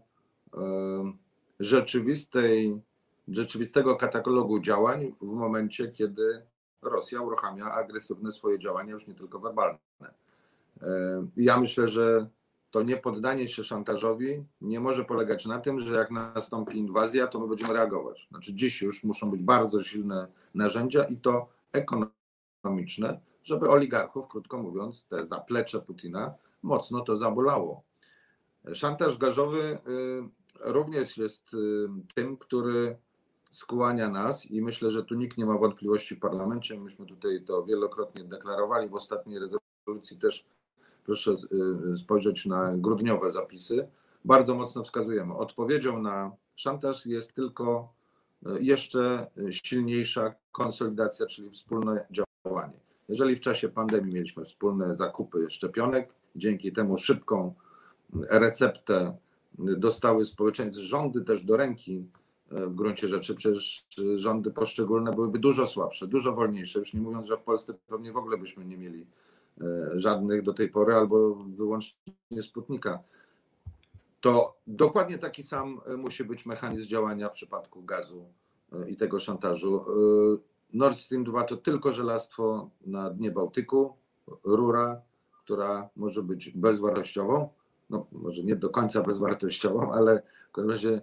rzeczywistego katalogu działań w momencie, kiedy Rosja uruchamia agresywne swoje działania, już nie tylko werbalne. Ja myślę, że to niepoddanie się szantażowi nie może polegać na tym, że jak nastąpi inwazja, to my będziemy reagować. Znaczy dziś już muszą być bardzo silne narzędzia i to ekonomiczne, żeby oligarchów, krótko mówiąc, te zaplecze Putina mocno to zabolało. Szantaż gazowy również jest tym, który skłania nas i myślę, że tu nikt nie ma wątpliwości w parlamencie. Myśmy tutaj to wielokrotnie deklarowali. W ostatniej rezolucji też proszę spojrzeć na grudniowe zapisy. Bardzo mocno wskazujemy. Odpowiedzią na szantaż jest tylko jeszcze silniejsza konsolidacja, czyli wspólne działanie. Jeżeli w czasie pandemii mieliśmy wspólne zakupy szczepionek, dzięki temu szybką receptę dostały społeczeństwa, rządy też do ręki w gruncie rzeczy, przecież rządy poszczególne byłyby dużo słabsze, dużo wolniejsze, już nie mówiąc, że w Polsce pewnie w ogóle byśmy nie mieli żadnych do tej pory albo wyłącznie Sputnika. To dokładnie taki sam musi być mechanizm działania w przypadku gazu i tego szantażu. Nord Stream 2 to tylko żelastwo na dnie Bałtyku, rura, która może być bezwartościową, no może nie do końca bezwartościową, ale w każdym razie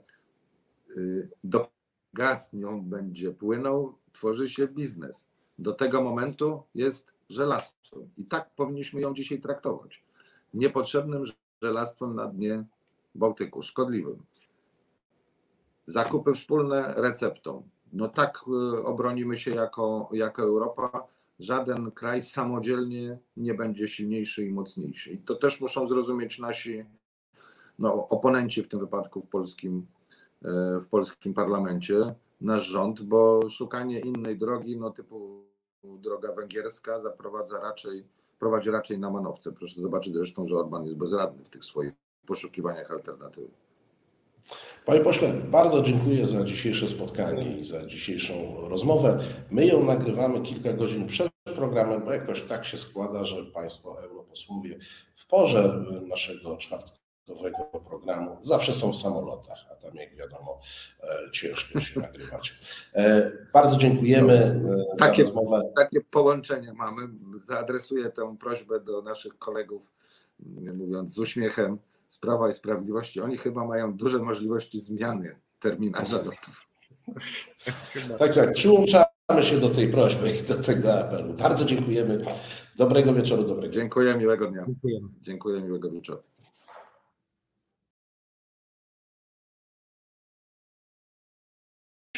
gaz nią będzie płynął, tworzy się biznes. Do tego momentu jest żelastwo i tak powinniśmy ją dzisiaj traktować. Niepotrzebnym żelastwem na dnie Bałtyku, szkodliwym. Zakupy wspólne receptą. No tak obronimy się jako Europa. Żaden kraj samodzielnie nie będzie silniejszy i mocniejszy. I to też muszą zrozumieć nasi oponenci, w tym wypadku w polskim parlamencie, nasz rząd, bo szukanie innej drogi, typu droga węgierska, prowadzi raczej na manowce. Proszę zobaczyć zresztą, że Orbán jest bezradny w tych swoich poszukiwaniach alternatywy. Panie pośle, bardzo dziękuję za dzisiejsze spotkanie i za dzisiejszą rozmowę. My ją nagrywamy kilka godzin przed programem, bo jakoś tak się składa, że Państwo europosłowie w porze naszego czwartkowego programu zawsze są w samolotach, a tam, jak wiadomo, ciężko się nagrywać. Bardzo dziękujemy za rozmowę. Takie połączenie mamy. Zaadresuję tę prośbę do naszych kolegów, mówiąc z uśmiechem, z Prawa i Sprawiedliwości. Oni chyba mają duże możliwości zmiany terminarza lotów. Tak, przyłączamy się do tej prośby i do tego apelu. Bardzo dziękujemy. Dobrego wieczoru. Dziękuję, miłego dnia. Dziękuję, miłego wieczoru.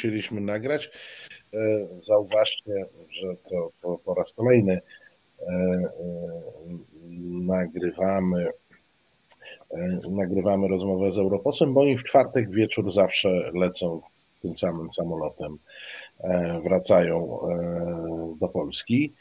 chcieliśmy nagrać. Zauważcie, że to po raz kolejny nagrywamy rozmowę z europosłem, bo oni w czwartek wieczór zawsze lecą tym samym samolotem, wracają do Polski.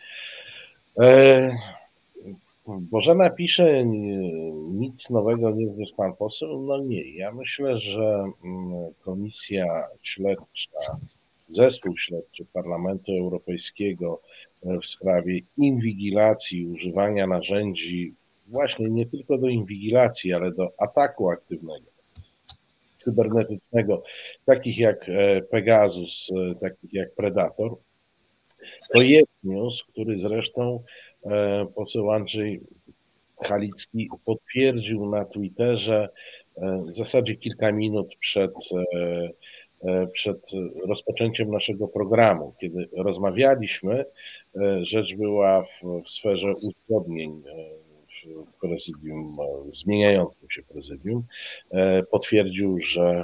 Bożena pisze, nic nowego nie wniósł pan poseł. No nie, ja myślę, że Komisja Śledcza, Zespół Śledczy Parlamentu Europejskiego w sprawie inwigilacji, używania narzędzi właśnie nie tylko do inwigilacji, ale do ataku aktywnego, cybernetycznego, takich jak Pegasus, takich jak Predator, to jest news, który zresztą poseł Andrzej Halicki potwierdził na Twitterze w zasadzie kilka minut przed rozpoczęciem naszego programu. Kiedy rozmawialiśmy, rzecz była w sferze uzgodnień w prezydium, zmieniającym się prezydium. Potwierdził,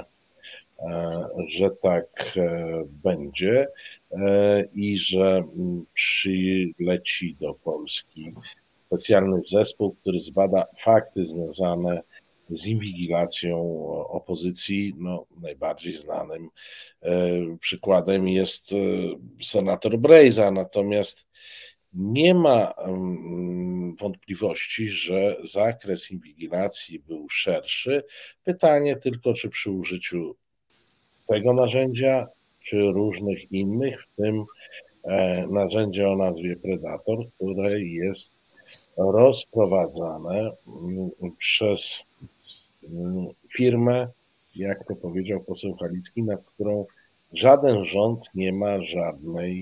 że tak będzie i że przyleci do Polski specjalny zespół, który zbada fakty związane z inwigilacją opozycji. No, najbardziej znanym przykładem jest senator Brejza, natomiast nie ma wątpliwości, że zakres inwigilacji był szerszy. Pytanie tylko, czy przy użyciu tego narzędzia, czy różnych innych, w tym narzędzia o nazwie Predator, które jest rozprowadzane przez firmę, jak to powiedział poseł Halicki, nad którą żaden rząd nie ma żadnej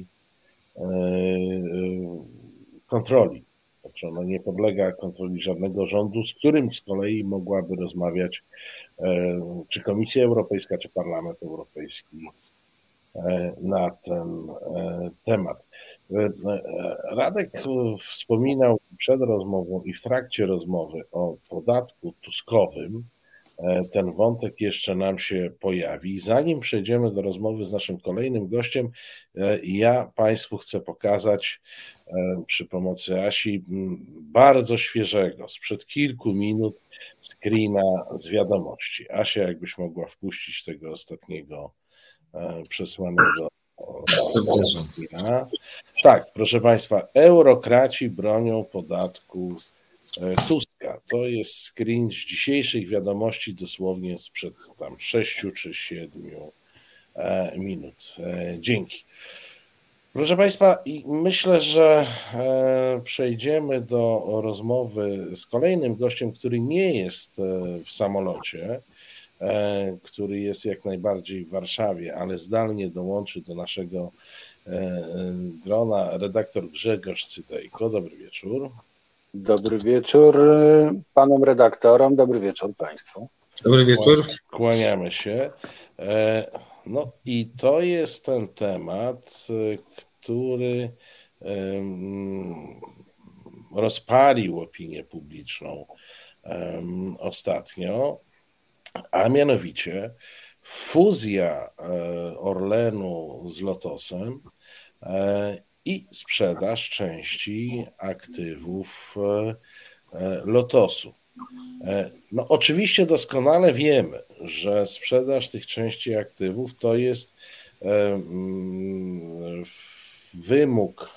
kontroli. Znaczy ona nie podlega kontroli żadnego rządu, z którym z kolei mogłaby rozmawiać czy Komisja Europejska, czy Parlament Europejski na ten temat. Radek wspominał przed rozmową i w trakcie rozmowy o podatku tuskowym. Ten wątek jeszcze nam się pojawi. Zanim przejdziemy do rozmowy z naszym kolejnym gościem, ja Państwu chcę pokazać przy pomocy Asi bardzo świeżego, sprzed kilku minut screena z wiadomości. Asia, jakbyś mogła wpuścić tego ostatniego przesłanego. Tak, proszę Państwa, eurokraci bronią podatku Tuska. To jest screen z dzisiejszych wiadomości, dosłownie sprzed tam 6 czy 7 minut. Dzięki. Proszę Państwa, i myślę, że przejdziemy do rozmowy z kolejnym gościem, który nie jest w samolocie, który jest jak najbardziej w Warszawie, ale zdalnie dołączy do naszego grona, redaktor Grzegorz Cytejko. Dobry wieczór. Dobry wieczór panom redaktorom, dobry wieczór Państwu. Dobry wieczór. Kłaniamy się. No i to jest ten temat, który rozpalił opinię publiczną ostatnio, a mianowicie fuzja Orlenu z Lotosem i sprzedaż części aktywów Lotosu. No oczywiście doskonale wiemy, że sprzedaż tych części aktywów to jest wymóg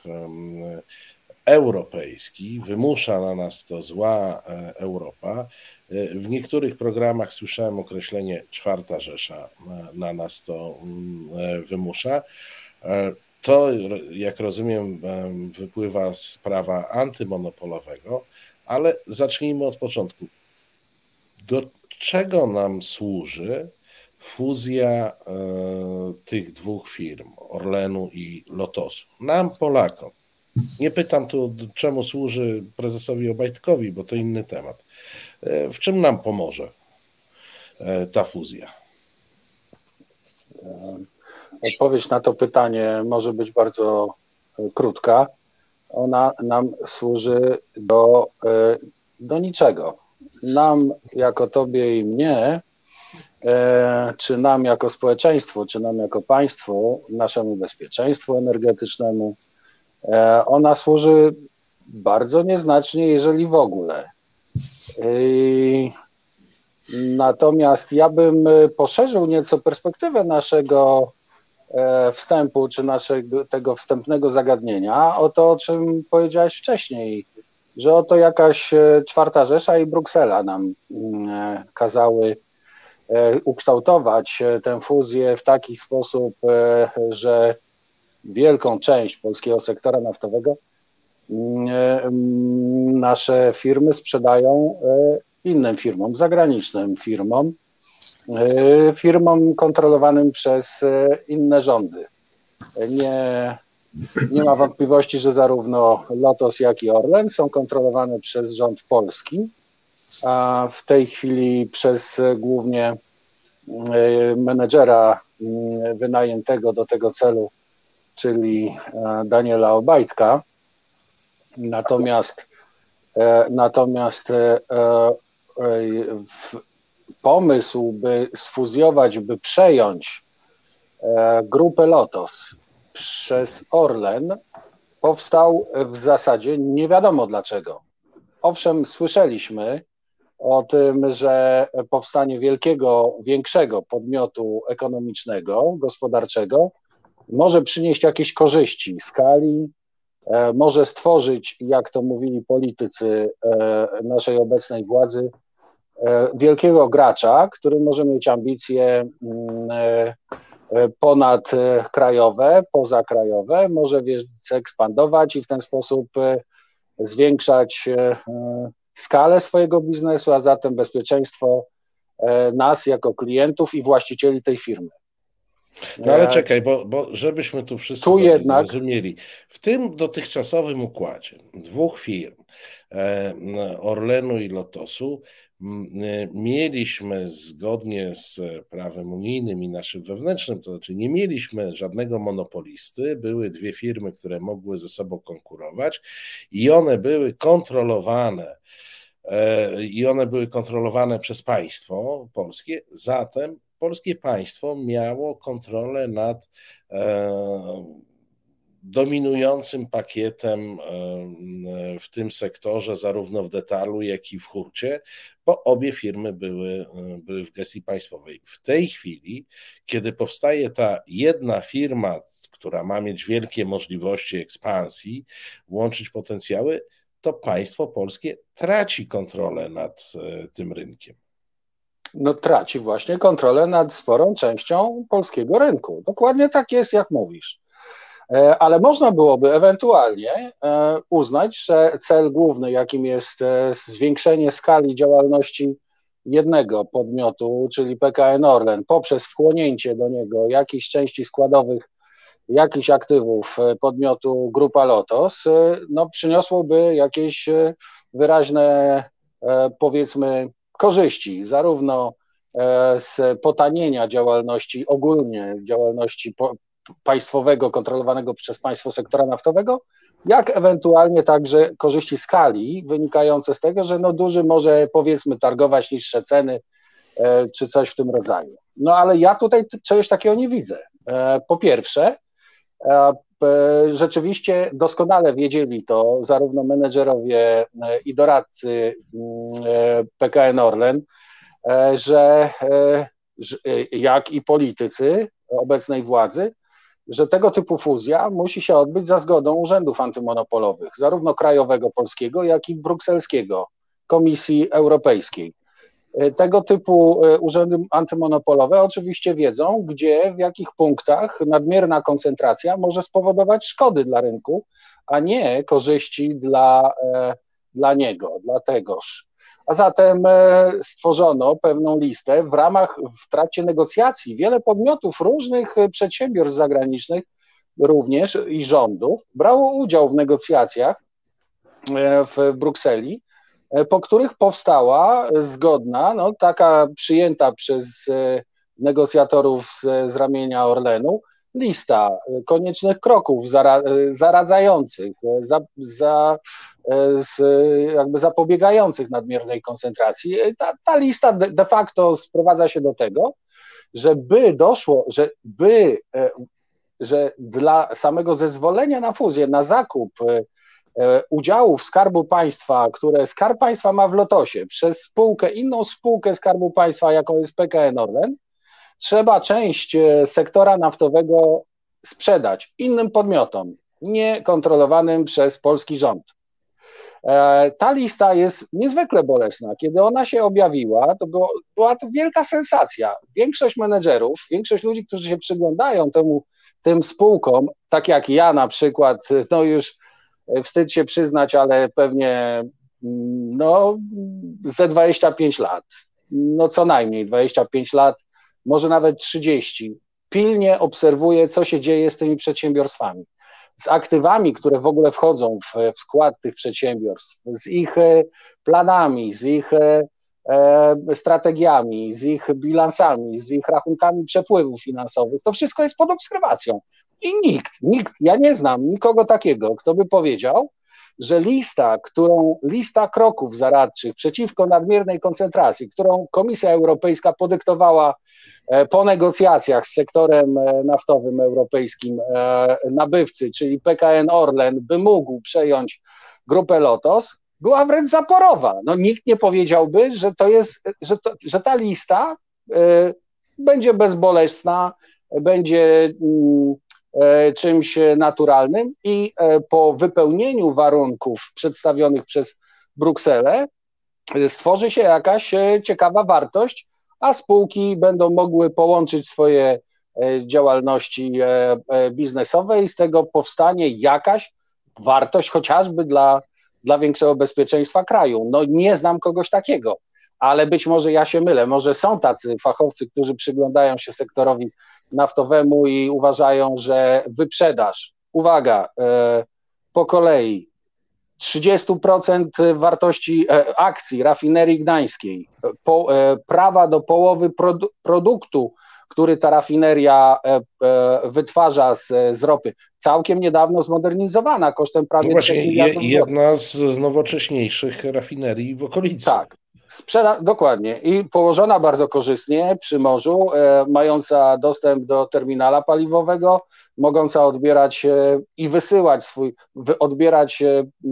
europejski, wymusza na nas to zła Europa. W niektórych programach słyszałem określenie czwarta Rzesza na nas to wymusza. To, jak rozumiem, wypływa z prawa antymonopolowego, ale zacznijmy od początku. Do czego nam służy fuzja tych dwóch firm, Orlenu i Lotosu? Nam, Polakom. Nie pytam tu, czemu służy prezesowi Obajtkowi, bo to inny temat. W czym nam pomoże ta fuzja? Odpowiedź na to pytanie może być bardzo krótka. Ona nam służy do niczego. Nam, jako tobie i mnie, czy nam jako społeczeństwu, czy nam jako państwu, naszemu bezpieczeństwu energetycznemu, ona służy bardzo nieznacznie, jeżeli w ogóle. Natomiast ja bym poszerzył nieco perspektywę naszego wstępu, czy tego wstępnego zagadnienia o to, o czym powiedziałeś wcześniej, że oto jakaś czwarta Rzesza i Bruksela nam kazały ukształtować tę fuzję w taki sposób, że wielką część polskiego sektora naftowego nasze firmy sprzedają innym firmom, zagranicznym firmom kontrolowanym przez inne rządy. Nie ma wątpliwości, że zarówno Lotos, jak i Orlen są kontrolowane przez rząd polski, a w tej chwili przez głównie menedżera wynajętego do tego celu, czyli Daniela Obajtka. Natomiast pomysł, by sfuzjować, by przejąć grupę Lotos przez Orlen powstał w zasadzie nie wiadomo dlaczego. Owszem, słyszeliśmy o tym, że powstanie większego podmiotu ekonomicznego, gospodarczego może przynieść jakieś korzyści skali, może stworzyć, jak to mówili politycy naszej obecnej władzy, wielkiego gracza, który może mieć ambicje ponadkrajowe, pozakrajowe, może więc ekspandować i w ten sposób zwiększać skalę swojego biznesu, a zatem bezpieczeństwo nas jako klientów i właścicieli tej firmy. No ale czekaj, bo żebyśmy tu wszyscy jednak zrozumieli. W tym dotychczasowym układzie dwóch firm, Orlenu i Lotosu, mieliśmy zgodnie z prawem unijnym i naszym wewnętrznym, to znaczy nie mieliśmy żadnego monopolisty, były dwie firmy, które mogły ze sobą konkurować i one były kontrolowane przez państwo polskie, zatem polskie państwo miało kontrolę nad dominującym pakietem w tym sektorze, zarówno w detalu, jak i w hurcie, bo obie firmy były w gestii państwowej. W tej chwili, kiedy powstaje ta jedna firma, która ma mieć wielkie możliwości ekspansji, łączyć potencjały, to państwo polskie traci kontrolę nad tym rynkiem. No traci właśnie kontrolę nad sporą częścią polskiego rynku. Dokładnie tak jest, jak mówisz. Ale można byłoby ewentualnie uznać, że cel główny, jakim jest zwiększenie skali działalności jednego podmiotu, czyli PKN Orlen, poprzez wchłonięcie do niego jakichś części składowych, jakichś aktywów podmiotu Grupa Lotos, no przyniosłoby jakieś wyraźne, powiedzmy, korzyści, zarówno z potanienia działalności, ogólnie działalności państwowego, kontrolowanego przez państwo sektora naftowego, jak ewentualnie także korzyści skali wynikające z tego, że no duży może, powiedzmy, targować niższe ceny, czy coś w tym rodzaju. No ale ja tutaj czegoś takiego nie widzę. Po pierwsze, rzeczywiście doskonale wiedzieli to zarówno menedżerowie i doradcy PKN Orlen, że jak i politycy obecnej władzy, że tego typu fuzja musi się odbyć za zgodą urzędów antymonopolowych, zarówno krajowego polskiego, jak i brukselskiego, Komisji Europejskiej. Tego typu urzędy antymonopolowe oczywiście wiedzą, gdzie, w jakich punktach nadmierna koncentracja może spowodować szkody dla rynku, a nie korzyści dla niego, dla tegoż. A zatem stworzono pewną listę w trakcie negocjacji. Wiele podmiotów, różnych przedsiębiorstw zagranicznych również i rządów brało udział w negocjacjach w Brukseli, po których powstała zgodna, taka przyjęta przez negocjatorów z ramienia Orlenu, lista koniecznych kroków zaradzających, jakby zapobiegających nadmiernej koncentracji. Ta lista de facto sprowadza się do tego, że dla samego zezwolenia na fuzję, na zakup udziałów Skarbu Państwa, które Skarb Państwa ma w Lotosie, przez inną spółkę Skarbu Państwa, jaką jest PKN Orlen, trzeba część sektora naftowego sprzedać innym podmiotom, niekontrolowanym przez polski rząd. Ta lista jest niezwykle bolesna. Kiedy ona się objawiła, to była to wielka sensacja. Większość menedżerów, większość ludzi, którzy się przyglądają tym spółkom, tak jak ja na przykład, no już wstyd się przyznać, ale pewnie ze 25 lat, no co najmniej 25 lat, może nawet 30, pilnie obserwuję, co się dzieje z tymi przedsiębiorstwami, z aktywami, które w ogóle wchodzą w skład tych przedsiębiorstw, z ich planami, z ich strategiami, z ich bilansami, z ich rachunkami przepływów finansowych. To wszystko jest pod obserwacją. I nikt, ja nie znam nikogo takiego, kto by powiedział, że lista kroków zaradczych przeciwko nadmiernej koncentracji, którą Komisja Europejska podyktowała po negocjacjach z sektorem naftowym europejskim nabywcy, czyli PKN Orlen, by mógł przejąć grupę Lotos, była wręcz zaporowa. No, nikt nie powiedziałby, że ta lista będzie bezbolesna, będzie czymś naturalnym i po wypełnieniu warunków przedstawionych przez Brukselę stworzy się jakaś ciekawa wartość, a spółki będą mogły połączyć swoje działalności biznesowe i z tego powstanie jakaś wartość chociażby dla większego bezpieczeństwa kraju. No nie znam kogoś takiego, ale być może ja się mylę, może są tacy fachowcy, którzy przyglądają się sektorowi naftowemu i uważają, że wyprzedaż, uwaga, po kolei 30% wartości akcji rafinerii gdańskiej, prawa do połowy produktu, który ta rafineria wytwarza z ropy, całkiem niedawno zmodernizowana kosztem prawie 3 miliardów złotych. Jedna z nowocześniejszych rafinerii w okolicy. Tak. Dokładnie i położona bardzo korzystnie przy morzu, mająca dostęp do terminala paliwowego, mogąca odbierać i wysyłać odbierać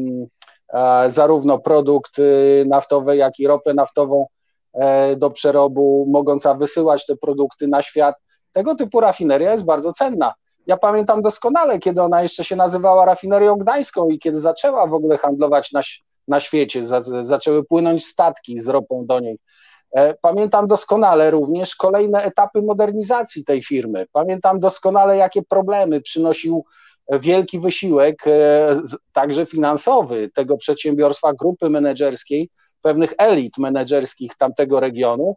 zarówno produkt naftowy, jak i ropę naftową do przerobu, mogąca wysyłać te produkty na świat. Tego typu rafineria jest bardzo cenna. Ja pamiętam doskonale, kiedy ona jeszcze się nazywała rafinerią gdańską i kiedy zaczęła w ogóle handlować na świecie, zaczęły płynąć statki z ropą do niej. Pamiętam doskonale również kolejne etapy modernizacji tej firmy. Pamiętam doskonale, jakie problemy przynosił wielki wysiłek, także finansowy, tego przedsiębiorstwa, grupy menedżerskiej, pewnych elit menedżerskich tamtego regionu,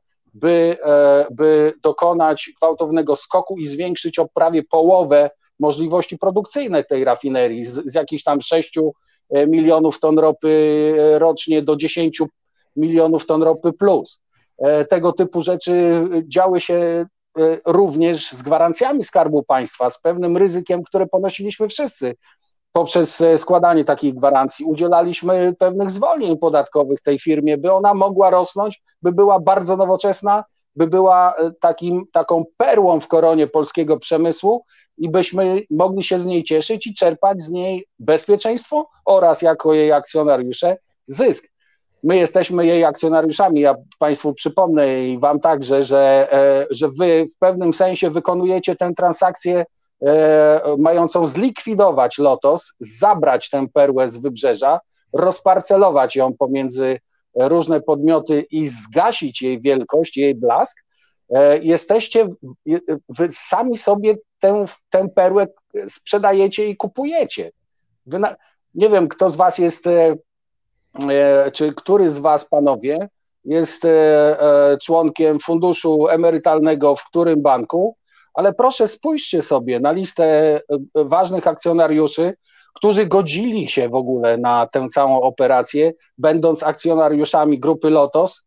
by dokonać gwałtownego skoku i zwiększyć o prawie połowę możliwości produkcyjne tej rafinerii z jakichś tam 6 milionów ton ropy rocznie do 10 milionów ton ropy plus. Tego typu rzeczy działy się również z gwarancjami Skarbu Państwa, z pewnym ryzykiem, które ponosiliśmy wszyscy poprzez składanie takich gwarancji. Udzielaliśmy pewnych zwolnień podatkowych tej firmie, by ona mogła rosnąć, by była bardzo nowoczesna, by była taką perłą w koronie polskiego przemysłu i byśmy mogli się z niej cieszyć i czerpać z niej bezpieczeństwo oraz jako jej akcjonariusze zysk. My jesteśmy jej akcjonariuszami. Ja Państwu przypomnę i Wam także, że Wy w pewnym sensie wykonujecie tę transakcję mającą zlikwidować Lotos, zabrać tę perłę z wybrzeża, rozparcelować ją pomiędzy różne podmioty i zgasić jej wielkość, jej blask. Wy sami sobie tę perłę sprzedajecie i kupujecie. Nie wiem, kto z Was jest, czy który z Was, panowie, jest członkiem funduszu emerytalnego w którym banku, ale proszę spójrzcie sobie na listę ważnych akcjonariuszy, którzy godzili się w ogóle na tę całą operację, będąc akcjonariuszami grupy Lotos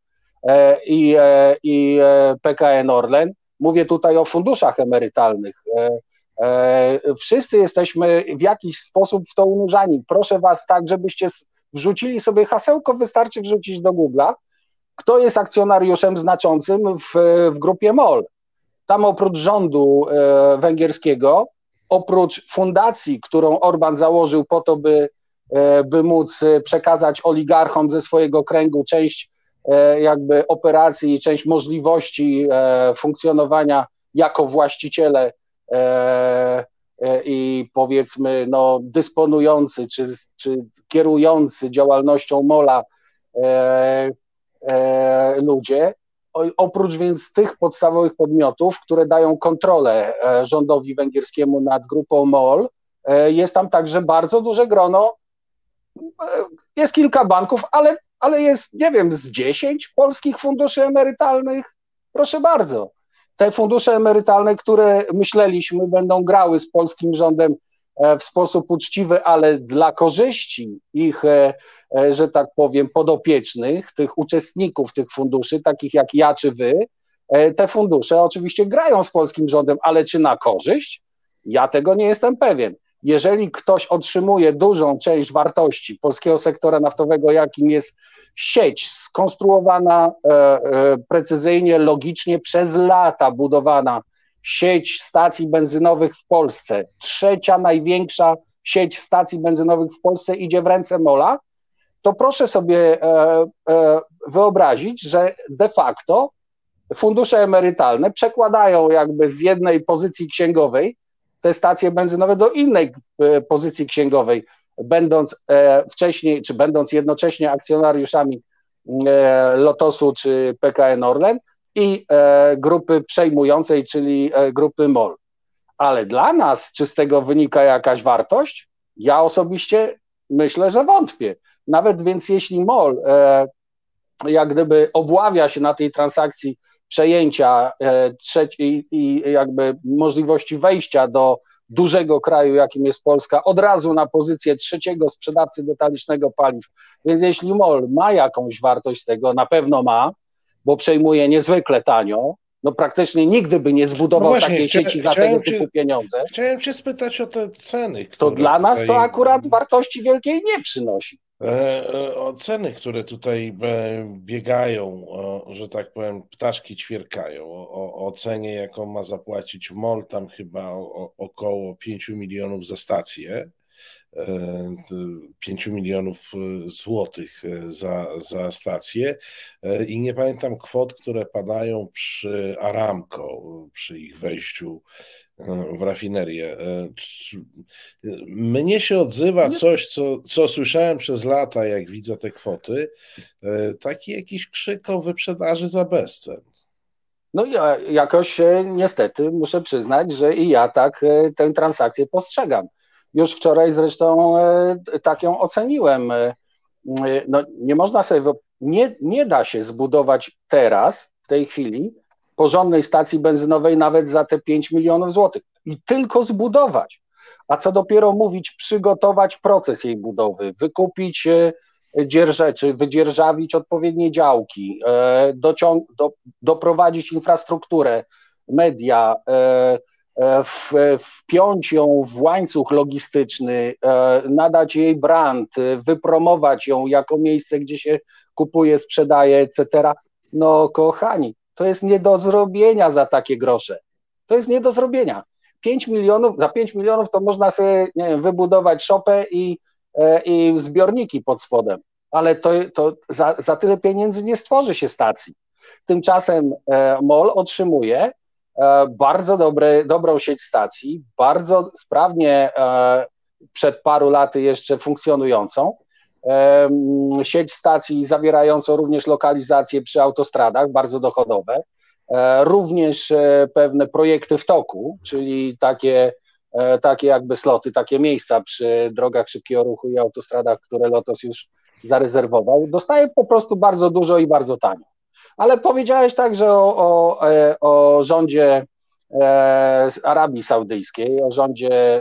i PKN Orlen. Mówię tutaj o funduszach emerytalnych. Wszyscy jesteśmy w jakiś sposób w to unurzani. Proszę was tak, żebyście wrzucili sobie hasełko, wystarczy wrzucić do Google'a, kto jest akcjonariuszem znaczącym w grupie MOL. Tam oprócz rządu węgierskiego, oprócz fundacji, którą Orban założył po to, by móc przekazać oligarchom ze swojego kręgu część jakby operacji, część możliwości funkcjonowania jako właściciele i powiedzmy dysponujący czy kierujący działalnością MOL-a ludzie, oprócz więc tych podstawowych podmiotów, które dają kontrolę rządowi węgierskiemu nad grupą MOL, jest tam także bardzo duże grono, jest kilka banków, ale jest, nie wiem, z 10 polskich funduszy emerytalnych, proszę bardzo. Te fundusze emerytalne, które myśleliśmy będą grały z polskim rządem w sposób uczciwy, ale dla korzyści ich, że tak powiem, podopiecznych, tych uczestników tych funduszy, takich jak ja czy wy, te fundusze oczywiście grają z polskim rządem, ale czy na korzyść? Ja tego nie jestem pewien. Jeżeli ktoś otrzymuje dużą część wartości polskiego sektora naftowego, jakim jest sieć skonstruowana precyzyjnie, logicznie, przez lata budowana, sieć stacji benzynowych w Polsce, trzecia największa sieć stacji benzynowych w Polsce idzie w ręce MOL-a, to proszę sobie wyobrazić, że de facto fundusze emerytalne przekładają jakby z jednej pozycji księgowej te stacje benzynowe do innej pozycji księgowej, będąc wcześniej, czy będąc jednocześnie akcjonariuszami Lotosu czy PKN Orlen i grupy przejmującej, czyli grupy MOL. Ale dla nas, czy z tego wynika jakaś wartość? Ja osobiście myślę, że wątpię. Nawet więc jeśli MOL jak gdyby obławia się na tej transakcji przejęcia i jakby możliwości wejścia do dużego kraju, jakim jest Polska, od razu na pozycję trzeciego sprzedawcy detalicznego paliw. Więc jeśli MOL ma jakąś wartość z tego, na pewno ma, bo przejmuje niezwykle tanio, praktycznie nigdy by nie zbudował takiej sieci za tego typu pieniądze. Chciałem cię spytać o te ceny, które to dla nas to akurat wartości wielkiej nie przynosi. O ceny, które tutaj biegają, że tak powiem, ptaszki ćwierkają, o cenie, jaką ma zapłacić MOL, tam chyba około 5 milionów za stację, 5 milionów złotych za stację i nie pamiętam kwot, które padają przy Aramco, przy ich wejściu w rafinerię. Mnie się odzywa coś, co słyszałem przez lata, jak widzę te kwoty, taki jakiś krzyk o wyprzedaży za bezcen. No ja jakoś niestety muszę przyznać, że i ja tak tę transakcję postrzegam. Już wczoraj zresztą tak ją oceniłem. Nie można sobie, nie da się zbudować teraz, w tej chwili, porządnej stacji benzynowej nawet za te 5 milionów złotych. I tylko zbudować. A co dopiero mówić, przygotować proces jej budowy, wykupić dzierżeczy, wydzierżawić odpowiednie działki, doprowadzić infrastrukturę, media, wpiąć ją w łańcuch logistyczny, nadać jej brand, wypromować ją jako miejsce, gdzie się kupuje, sprzedaje, etc. No kochani, to jest nie do zrobienia za takie grosze. To jest nie do zrobienia. 5 milionów, za 5 milionów to można sobie, nie wiem, wybudować szopę i zbiorniki pod spodem, ale to za tyle pieniędzy nie stworzy się stacji. Tymczasem MOL otrzymuje bardzo dobrą sieć stacji, bardzo sprawnie przed paru laty jeszcze funkcjonującą, sieć stacji zawierającą również lokalizacje przy autostradach, bardzo dochodowe, również pewne projekty w toku, czyli takie jakby sloty, takie miejsca przy drogach szybkiego ruchu i autostradach, które Lotos już zarezerwował. Dostaje po prostu bardzo dużo i bardzo tanio. Ale powiedziałeś także o rządzie Arabii Saudyjskiej, o rządzie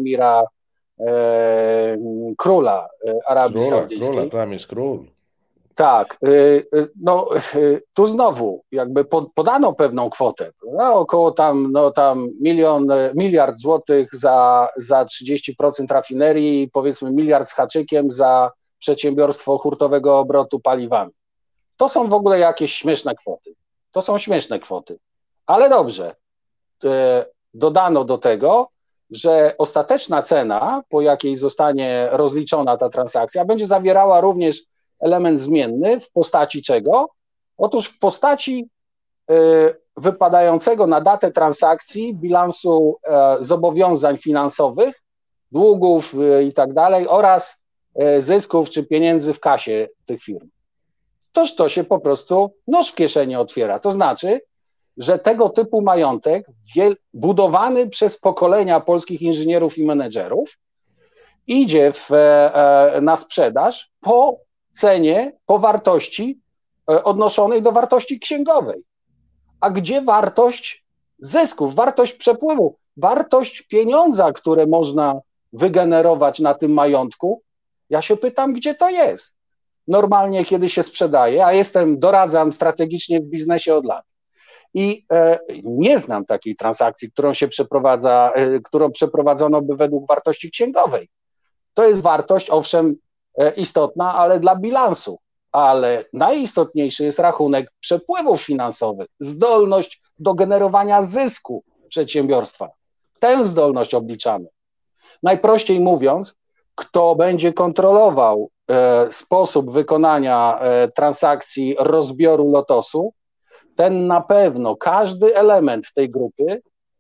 króla Arabii Saudyjskiej. Króla, tam jest król. Tak, no tu znowu jakby podano pewną kwotę, około tam miliard złotych za 30% rafinerii i powiedzmy miliard z haczykiem za przedsiębiorstwo hurtowego obrotu paliwami. To są w ogóle jakieś śmieszne kwoty. To są śmieszne kwoty. Ale dobrze, dodano do tego, że ostateczna cena, po jakiej zostanie rozliczona ta transakcja, będzie zawierała również element zmienny w postaci czego? Otóż w postaci wypadającego na datę transakcji bilansu zobowiązań finansowych, długów i tak dalej oraz zysków czy pieniędzy w kasie tych firm. Toż to się po prostu nóż w kieszeni otwiera. To znaczy, że tego typu majątek budowany przez pokolenia polskich inżynierów i menedżerów idzie na sprzedaż po cenie, po wartości odnoszonej do wartości księgowej. A gdzie wartość zysków, wartość przepływu, wartość pieniądza, które można wygenerować na tym majątku? Ja się pytam, gdzie to jest? Normalnie, kiedy się sprzedaje, a doradzam strategicznie w biznesie od lat. I nie znam takiej transakcji, którą przeprowadzono by według wartości księgowej. To jest wartość, owszem, istotna, ale dla bilansu. Ale najistotniejszy jest rachunek przepływów finansowych, zdolność do generowania zysku przedsiębiorstwa. Tę zdolność obliczamy. Najprościej mówiąc, kto będzie kontrolował sposób wykonania transakcji rozbioru Lotosu, ten na pewno każdy element tej grupy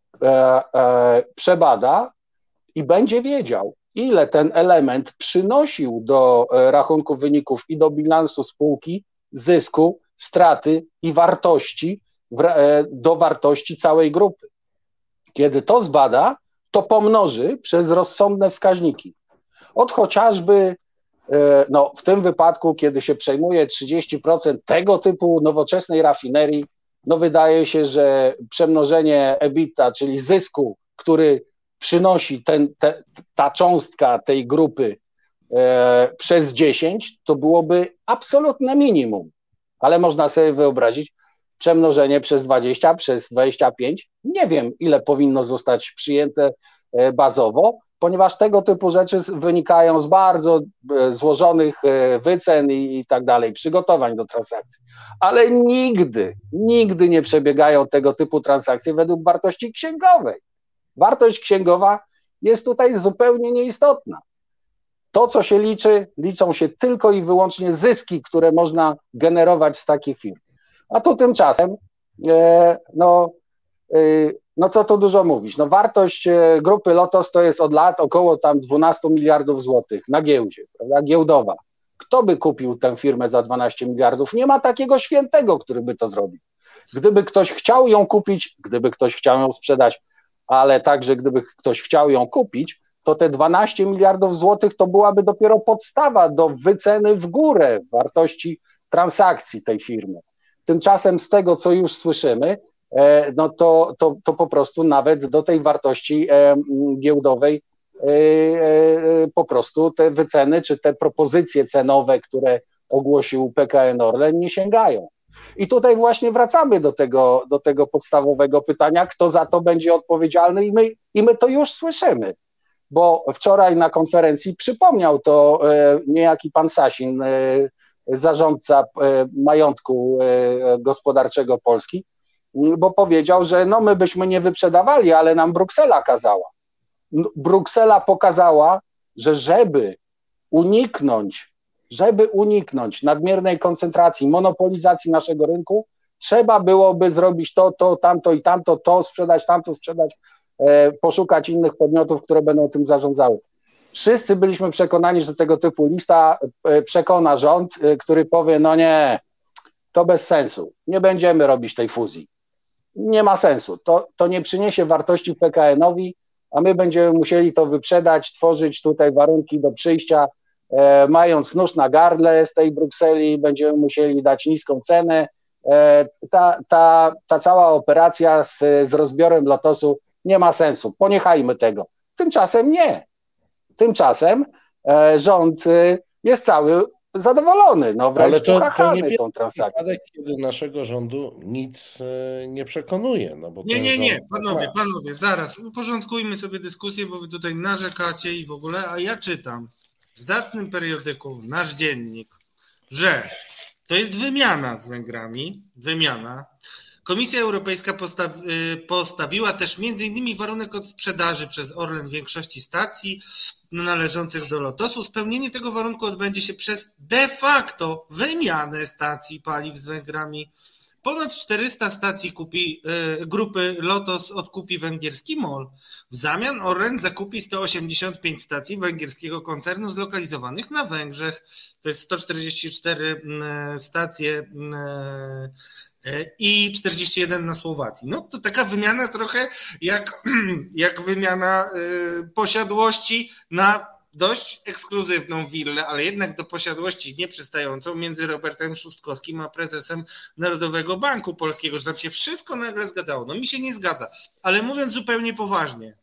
przebada i będzie wiedział, ile ten element przynosił do rachunku wyników i do bilansu spółki zysku, straty i wartości do wartości całej grupy. Kiedy to zbada, to pomnoży przez rozsądne wskaźniki. Od chociażby w tym wypadku, kiedy się przejmuje 30% tego typu nowoczesnej rafinerii, wydaje się, że przemnożenie EBITDA, czyli zysku, który przynosi ta cząstka tej grupy przez 10, to byłoby absolutne minimum. Ale można sobie wyobrazić przemnożenie przez 20, przez 25. Nie wiem, ile powinno zostać przyjęte bazowo, ponieważ tego typu rzeczy wynikają z bardzo złożonych wycen i tak dalej, przygotowań do transakcji. Ale nigdy nie przebiegają tego typu transakcje według wartości księgowej. Wartość księgowa jest tutaj zupełnie nieistotna. To, co się liczy, liczą się tylko i wyłącznie zyski, które można generować z takich firm. A tu tymczasem, co tu dużo mówić, wartość grupy Lotos to jest od lat około tam 12 miliardów złotych na giełdzie, prawda, giełdowa. Kto by kupił tę firmę za 12 miliardów? Nie ma takiego świętego, który by to zrobił. Gdyby ktoś chciał ją kupić, gdyby ktoś chciał ją sprzedać, ale także gdyby ktoś chciał ją kupić, to te 12 miliardów złotych to byłaby dopiero podstawa do wyceny w górę wartości transakcji tej firmy. Tymczasem z tego, co już słyszymy, to po prostu nawet do tej wartości giełdowej po prostu te wyceny czy te propozycje cenowe, które ogłosił PKN Orlen, nie sięgają. I tutaj właśnie wracamy do tego podstawowego pytania, kto za to będzie odpowiedzialny i my to już słyszymy, bo wczoraj na konferencji przypomniał to niejaki pan Sasin, zarządca majątku gospodarczego Polski, bo powiedział, że my byśmy nie wyprzedawali, ale nam Bruksela kazała. Bruksela pokazała, że żeby uniknąć nadmiernej koncentracji, monopolizacji naszego rynku, trzeba byłoby zrobić to, tamto i tamto, to sprzedać, tamto sprzedać, poszukać innych podmiotów, które będą tym zarządzały. Wszyscy byliśmy przekonani, że tego typu lista przekona rząd, który powie, nie, to bez sensu, nie będziemy robić tej fuzji. Nie ma sensu, to nie przyniesie wartości PKN-owi, a my będziemy musieli to wyprzedać, tworzyć tutaj warunki do przyjścia, mając nóż na gardle z tej Brukseli, będziemy musieli dać niską cenę. Ta cała operacja z rozbiorem Lotosu nie ma sensu, poniechajmy tego. Tymczasem nie. Tymczasem rząd jest cały zadowolony, no wręcz Ale to nie uchachany pierwszy tą transakcją. przypadek, kiedy naszego rządu nic nie przekonuje. No bo ten Nie, rząd panowie, zaraz, uporządkujmy sobie dyskusję, bo wy tutaj narzekacie i w ogóle, a ja czytam w zacnym periodyku Nasz Dziennik, że to jest wymiana z Węgrami, Komisja Europejska postawiła też m.in. warunek od sprzedaży przez Orlen większości stacji należących do Lotosu. Spełnienie tego warunku odbędzie się przez de facto wymianę stacji paliw z Węgrami. Ponad 400 stacji grupy Lotos odkupi węgierski MOL. W zamian Orlen zakupi 185 stacji węgierskiego koncernu zlokalizowanych na Węgrzech. To jest 144 stacje i 41 na Słowacji. No to taka wymiana trochę jak wymiana posiadłości na dość ekskluzywną willę, ale jednak do posiadłości nieprzystającą między Robertem Szustkowskim a prezesem Narodowego Banku Polskiego, że tam się wszystko nagle zgadzało. No mi się nie zgadza, ale mówiąc zupełnie poważnie,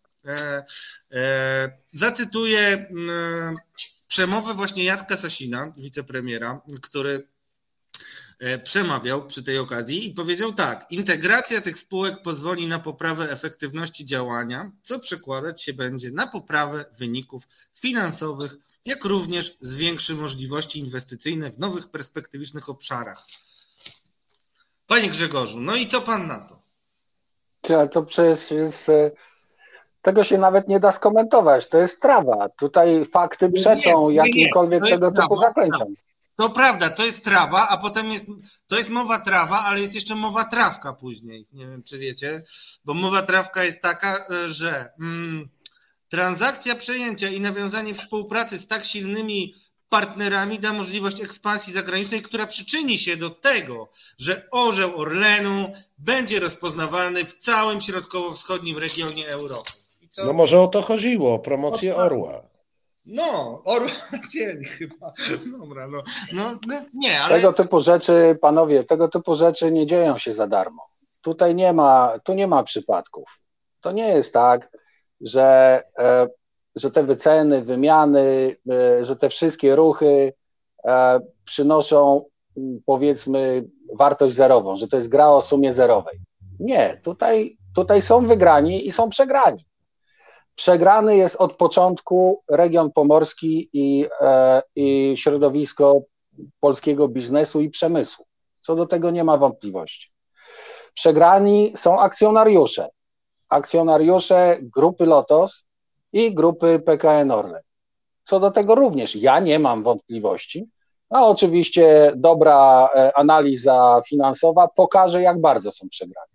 zacytuję przemowę właśnie Jacka Sasina, wicepremiera, który przemawiał przy tej okazji i powiedział tak: integracja tych spółek pozwoli na poprawę efektywności działania, co przekładać się będzie na poprawę wyników finansowych, jak również zwiększy możliwości inwestycyjne w nowych perspektywicznych obszarach. Panie Grzegorzu, no i co pan na to? To przecież jest, tego się nawet nie da skomentować, to jest trawa. Tutaj fakty przeczą jakimkolwiek tego typu zaklęciom. To prawda, to jest trawa, a potem to jest mowa trawa, ale jest jeszcze mowa trawka później. Nie wiem, czy wiecie, bo mowa trawka jest taka, że transakcja przejęcia i nawiązanie współpracy z tak silnymi partnerami da możliwość ekspansji zagranicznej, która przyczyni się do tego, że orzeł Orlenu będzie rozpoznawalny w całym środkowo-wschodnim regionie Europy. No może o to chodziło, o promocję Orła. No, Orła dzień chyba. Dobra, no nie, ale... Tego typu rzeczy, panowie, nie dzieją się za darmo. Tu nie ma przypadków. To nie jest tak, że te wyceny, wymiany, że te wszystkie ruchy przynoszą, powiedzmy, wartość zerową, że to jest gra o sumie zerowej. Nie, tutaj są wygrani i są przegrani. Przegrany jest od początku region pomorski i środowisko polskiego biznesu i przemysłu. Co do tego nie ma wątpliwości. Przegrani są akcjonariusze grupy Lotos i grupy PKN Orlen. Co do tego również ja nie mam wątpliwości, a oczywiście dobra analiza finansowa pokaże, jak bardzo są przegrani.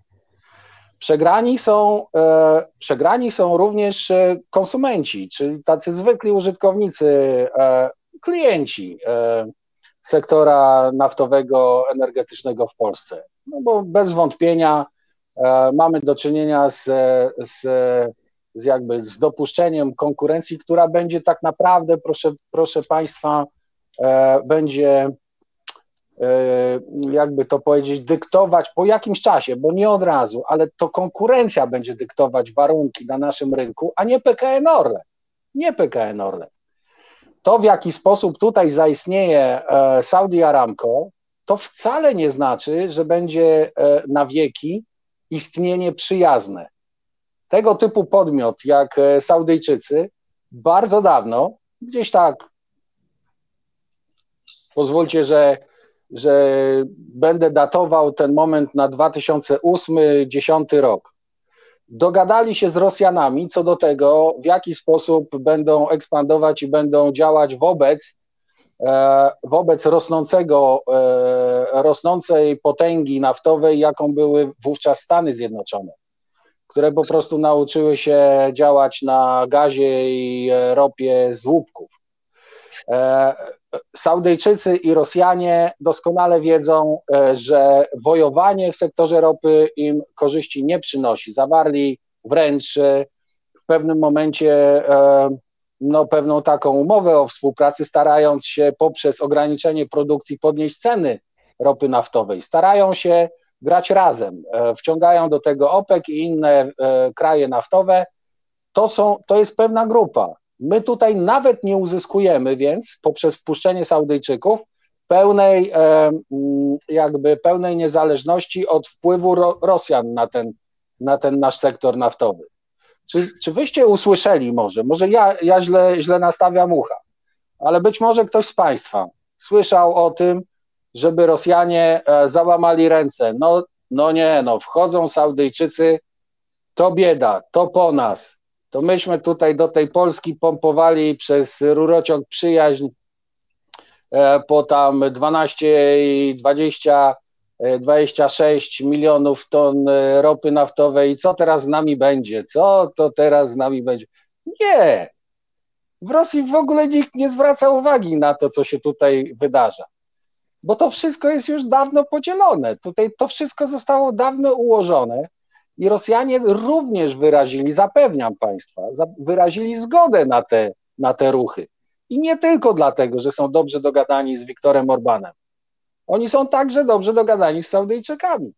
Przegrani są również konsumenci, czyli tacy zwykli użytkownicy, klienci sektora naftowego, energetycznego w Polsce. No bo bez wątpienia mamy do czynienia z dopuszczeniem konkurencji, która będzie tak naprawdę, proszę Państwa, będzie, jakby to powiedzieć, dyktować po jakimś czasie, bo nie od razu, ale to konkurencja będzie dyktować warunki na naszym rynku, a nie PKN Orlen. Nie PKN Orlen. To, w jaki sposób tutaj zaistnieje Saudi Aramco, to wcale nie znaczy, że będzie na wieki istnienie przyjazne. Tego typu podmiot jak Saudyjczycy bardzo dawno, gdzieś tak, pozwólcie, że będę datował ten moment na 2008-2010 rok. Dogadali się z Rosjanami co do tego, w jaki sposób będą ekspandować i będą działać wobec rosnącej potęgi naftowej, jaką były wówczas Stany Zjednoczone, które po prostu nauczyły się działać na gazie i ropie z łupków. Saudyjczycy i Rosjanie doskonale wiedzą, że wojowanie w sektorze ropy im korzyści nie przynosi. Zawarli wręcz w pewnym momencie pewną taką umowę o współpracy, starając się poprzez ograniczenie produkcji podnieść ceny ropy naftowej. Starają się grać razem, wciągają do tego OPEC i inne kraje naftowe. To jest pewna grupa. My tutaj nawet nie uzyskujemy więc poprzez wpuszczenie Saudyjczyków pełnej niezależności od wpływu Rosjan na ten nasz sektor naftowy. Czy wyście usłyszeli może ja źle nastawiam ucha, ale być może ktoś z Państwa słyszał o tym, żeby Rosjanie załamali ręce. Wchodzą Saudyjczycy, to bieda, to po nas. To myśmy tutaj do tej Polski pompowali przez rurociąg Przyjaźń po tam 26 milionów ton ropy naftowej. I co teraz z nami będzie? Co to teraz z nami będzie? Nie! W Rosji w ogóle nikt nie zwraca uwagi na to, co się tutaj wydarza. Bo to wszystko jest już dawno podzielone. Tutaj to wszystko zostało dawno ułożone i Rosjanie również wyrazili, zapewniam Państwa, wyrazili zgodę na te ruchy. I nie tylko dlatego, że są dobrze dogadani z Viktorem Orbanem. Oni są także dobrze dogadani z Saudyjczykami.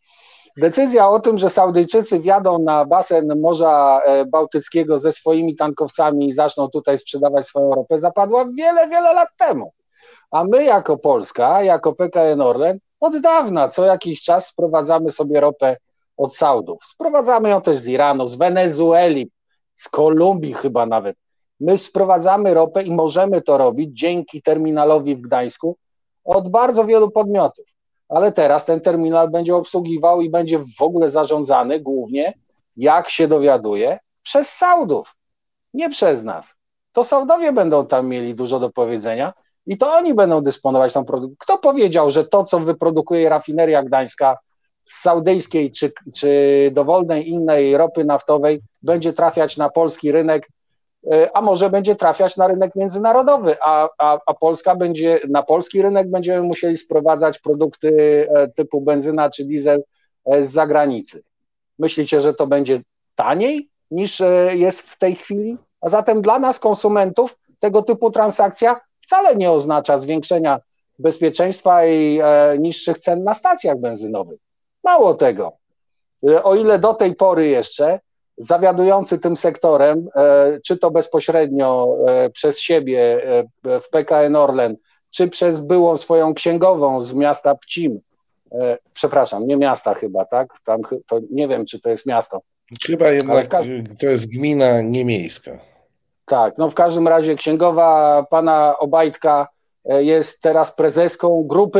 Decyzja o tym, że Saudyjczycy wjadą na basen Morza Bałtyckiego ze swoimi tankowcami i zaczną tutaj sprzedawać swoją ropę, zapadła wiele, wiele lat temu. A my jako Polska, jako PKN Orlen, od dawna co jakiś czas sprowadzamy sobie ropę od Saudów. Sprowadzamy ją też z Iranu, z Wenezueli, z Kolumbii chyba nawet. My sprowadzamy ropę i możemy to robić dzięki terminalowi w Gdańsku od bardzo wielu podmiotów. Ale teraz ten terminal będzie obsługiwał i będzie w ogóle zarządzany głównie, jak się dowiaduje, przez Saudów, nie przez nas. To Saudowie będą tam mieli dużo do powiedzenia i to oni będą dysponować tą produkcją. Kto powiedział, że to, co wyprodukuje rafineria gdańska z saudyjskiej czy dowolnej innej ropy naftowej, będzie trafiać na polski rynek, a może będzie trafiać na rynek międzynarodowy, a Polska będzie, na polski rynek będziemy musieli sprowadzać produkty typu benzyna czy diesel z zagranicy. Myślicie, że to będzie taniej niż jest w tej chwili? A zatem dla nas, konsumentów, tego typu transakcja wcale nie oznacza zwiększenia bezpieczeństwa i niższych cen na stacjach benzynowych. Mało tego, o ile do tej pory jeszcze zawiadujący tym sektorem, czy to bezpośrednio przez siebie w PKN Orlen, czy przez byłą swoją księgową z miasta Pcim, przepraszam, nie miasta chyba, tak? Tam to nie wiem, czy to jest miasto. Chyba jednak to jest gmina niemiejska. Tak, no w każdym razie księgowa pana Obajtka jest teraz prezeską Grupy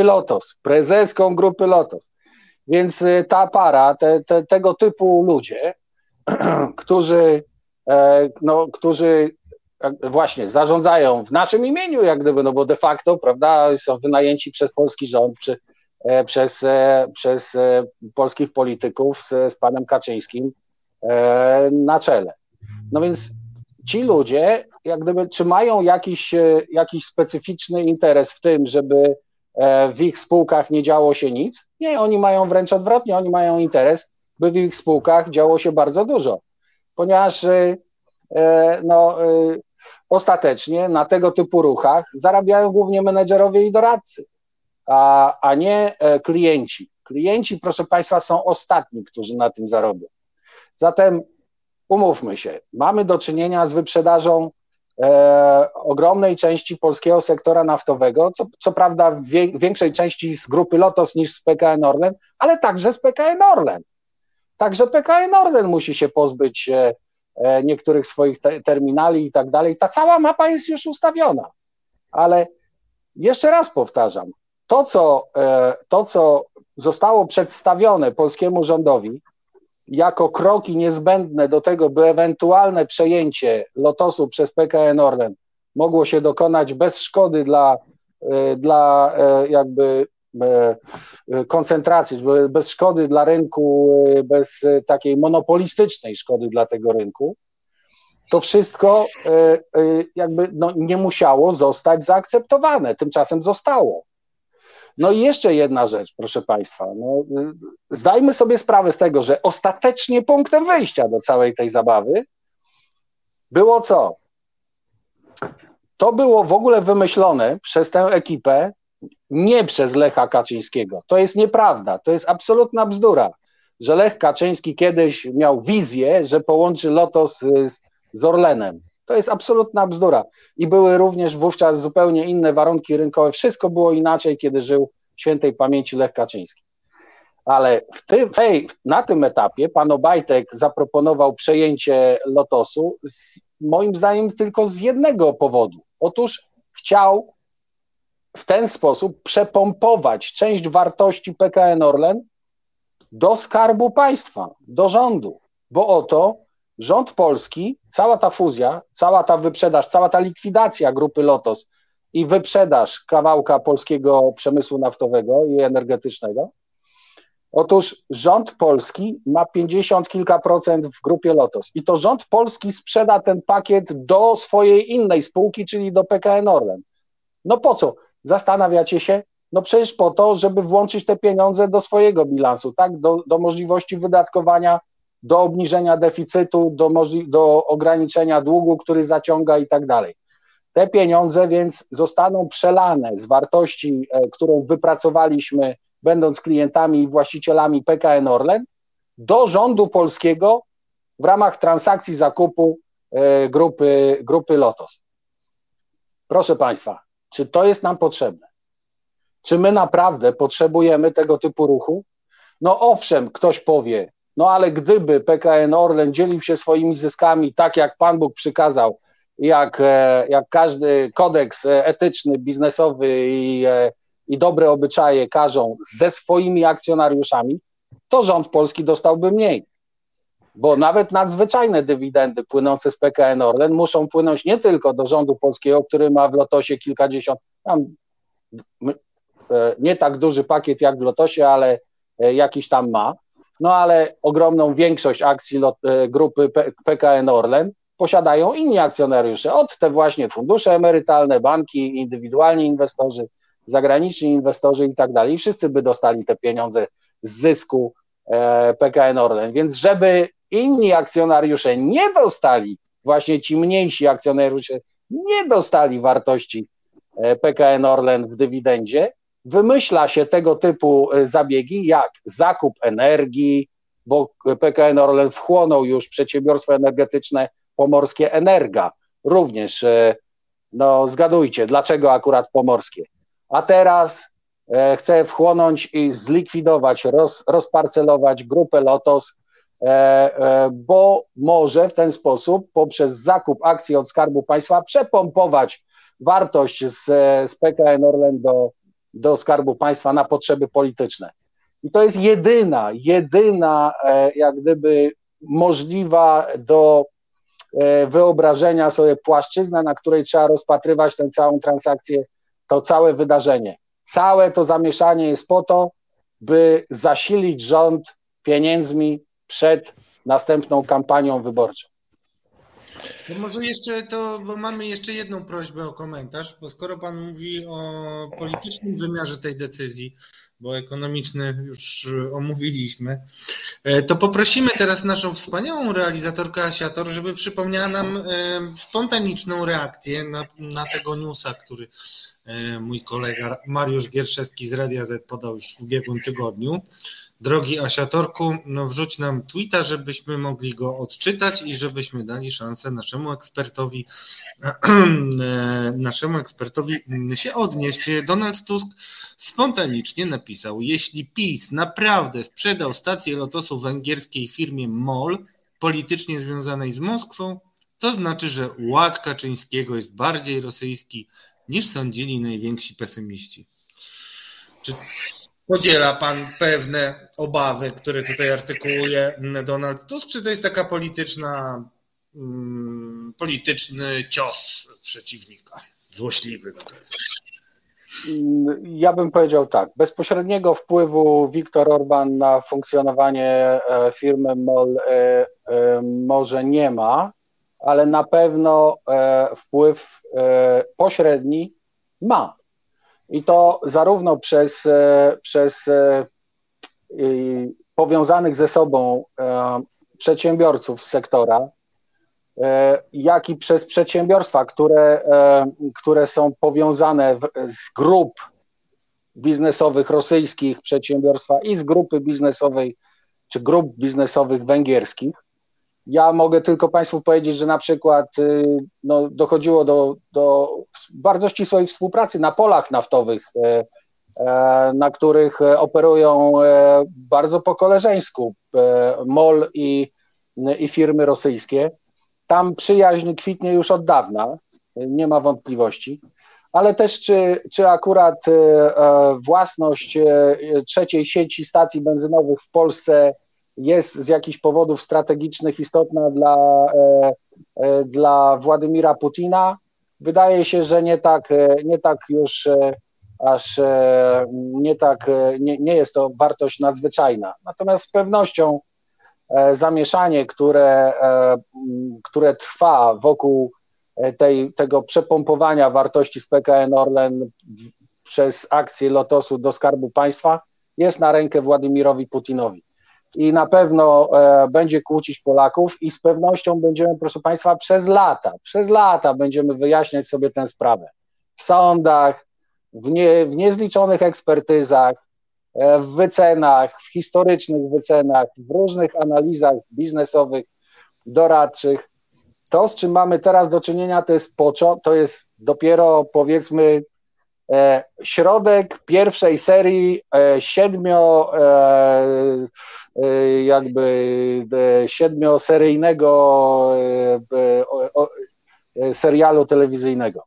Lotos. Więc ta para, tego typu ludzie, którzy właśnie zarządzają w naszym imieniu, jak gdyby, no bo de facto, prawda, są wynajęci przez polski rząd, przez polskich polityków z panem Kaczyńskim na czele. No więc ci ludzie, jak gdyby, czy mają jakiś specyficzny interes w tym, żeby w ich spółkach nie działo się nic? Nie, oni mają wręcz odwrotnie, oni mają interes, by w ich spółkach działo się bardzo dużo, ponieważ ostatecznie na tego typu ruchach zarabiają głównie menedżerowie i doradcy, a nie klienci. Klienci, proszę Państwa, są ostatni, którzy na tym zarobią. Zatem umówmy się, mamy do czynienia z wyprzedażą ogromnej części polskiego sektora naftowego, co prawda w większej części z Grupy Lotos niż z PKN Orlen, ale także z PKN Orlen. Także PKN Orlen musi się pozbyć niektórych swoich terminali i tak dalej. Ta cała mapa jest już ustawiona. Ale jeszcze raz powtarzam, to co zostało przedstawione polskiemu rządowi jako kroki niezbędne do tego, by ewentualne przejęcie Lotosu przez PKN Orlen mogło się dokonać bez szkody dla jakby koncentracji, bez szkody dla rynku, bez takiej monopolistycznej szkody dla tego rynku, to wszystko jakby nie musiało zostać zaakceptowane, tymczasem zostało. No i jeszcze jedna rzecz, proszę Państwa, zdajmy sobie sprawę z tego, że ostatecznie punktem wyjścia do całej tej zabawy było co? To było w ogóle wymyślone przez tę ekipę nie przez Lecha Kaczyńskiego. To jest nieprawda, to jest absolutna bzdura, że Lech Kaczyński kiedyś miał wizję, że połączy Lotos z Orlenem. To jest absolutna bzdura. I były również wówczas zupełnie inne warunki rynkowe. Wszystko było inaczej, kiedy żył świętej pamięci Lech Kaczyński. Ale na tym etapie pan Obajtek zaproponował przejęcie Lotosu moim zdaniem tylko z jednego powodu. Otóż chciał w ten sposób przepompować część wartości PKN Orlen do Skarbu Państwa, do rządu, bo oto rząd polski, cała ta fuzja, cała ta wyprzedaż, cała ta likwidacja grupy Lotos i wyprzedaż kawałka polskiego przemysłu naftowego i energetycznego, otóż rząd polski ma 50 kilka procent w grupie Lotos i to rząd polski sprzeda ten pakiet do swojej innej spółki, czyli do PKN Orlen. No po co? Zastanawiacie się? No przecież po to, żeby włączyć te pieniądze do swojego bilansu, tak? Do możliwości wydatkowania, do obniżenia deficytu, do ograniczenia długu, który zaciąga i tak dalej. Te pieniądze więc zostaną przelane z wartości, którą wypracowaliśmy, będąc klientami i właścicielami PKN Orlen, do rządu polskiego w ramach transakcji zakupu grupy Lotos. Proszę Państwa, czy to jest nam potrzebne? Czy my naprawdę potrzebujemy tego typu ruchu? No owszem, ktoś powie, no ale gdyby PKN Orlen dzielił się swoimi zyskami tak, jak Pan Bóg przykazał, jak każdy kodeks etyczny, biznesowy i dobre obyczaje każą ze swoimi akcjonariuszami, to rząd polski dostałby mniej. Bo nawet nadzwyczajne dywidendy płynące z PKN Orlen muszą płynąć nie tylko do rządu polskiego, który ma w Lotosie kilkadziesiąt, nie tak duży pakiet jak w Lotosie, ale jakiś tam ma, no ale ogromną większość akcji grupy PKN Orlen posiadają inni akcjonariusze, od te właśnie fundusze emerytalne, banki, indywidualni inwestorzy, zagraniczni inwestorzy i tak dalej. I wszyscy by dostali te pieniądze z zysku PKN Orlen. Więc żeby inni akcjonariusze nie dostali, właśnie ci mniejsi akcjonariusze nie dostali wartości PKN Orlen w dywidendzie, wymyśla się tego typu zabiegi jak zakup energii, bo PKN Orlen wchłonął już przedsiębiorstwo energetyczne pomorskie Energa. Również, no zgadujcie, dlaczego akurat pomorskie. A teraz chce wchłonąć i zlikwidować, rozparcelować grupę Lotos, bo może w ten sposób poprzez zakup akcji od Skarbu Państwa przepompować wartość z PKN Orlen do Skarbu Państwa na potrzeby polityczne. I to jest jedyna jak gdyby możliwa do wyobrażenia sobie płaszczyzna, na której trzeba rozpatrywać tę całą transakcję, to całe wydarzenie. Całe to zamieszanie jest po to, by zasilić rząd pieniędzmi przed następną kampanią wyborczą. To może jeszcze bo mamy jeszcze jedną prośbę o komentarz, bo skoro Pan mówi o politycznym wymiarze tej decyzji, bo ekonomiczny już omówiliśmy, to poprosimy teraz naszą wspaniałą realizatorkę Asiator, żeby przypomniała nam spontaniczną reakcję na tego newsa, który mój kolega Mariusz Gierszewski z Radia Z podał już w ubiegłym tygodniu. Drogi Asiatorku, no wrzuć nam tweeta, żebyśmy mogli go odczytać i żebyśmy dali szansę naszemu ekspertowi się odnieść. Donald Tusk spontanicznie napisał: jeśli PiS naprawdę sprzedał stację Lotosu węgierskiej firmie MOL, politycznie związanej z Moskwą, to znaczy, że ład Kaczyńskiego jest bardziej rosyjski niż sądzili najwięksi pesymiści. Czy podziela Pan pewne obawy, które tutaj artykułuje Donald Tusk, czy to jest taka polityczny cios przeciwnika, złośliwy? Ja bym powiedział tak, bezpośredniego wpływu Viktor Orban na funkcjonowanie firmy MOL może nie ma, ale na pewno wpływ pośredni ma. I to zarówno przez powiązanych ze sobą przedsiębiorców z sektora, jak i przez przedsiębiorstwa, które są powiązane z grup biznesowych rosyjskich przedsiębiorstwa i z grupy biznesowej czy grup biznesowych węgierskich. Ja mogę tylko Państwu powiedzieć, że na przykład no, dochodziło do bardzo ścisłej współpracy na polach naftowych, na których operują bardzo po koleżeńsku MOL i firmy rosyjskie. Tam przyjaźń kwitnie już od dawna, nie ma wątpliwości, ale też czy akurat własność trzeciej sieci stacji benzynowych w Polsce jest z jakichś powodów strategicznych istotna dla Władimira Putina? Wydaje się, że nie tak już aż nie jest to wartość nadzwyczajna. Natomiast z pewnością zamieszanie, które trwa wokół tego przepompowania wartości z PKN Orlen przez akcje Lotosu do Skarbu Państwa jest na rękę Władimirowi Putinowi. I na pewno będzie kłócić Polaków i z pewnością będziemy, proszę Państwa, przez lata będziemy wyjaśniać sobie tę sprawę. W sądach, w niezliczonych ekspertyzach, w wycenach, w historycznych wycenach, w różnych analizach biznesowych, doradczych. To, z czym mamy teraz do czynienia, to jest dopiero, powiedzmy, środek pierwszej serii siedmioseryjnego serialu telewizyjnego.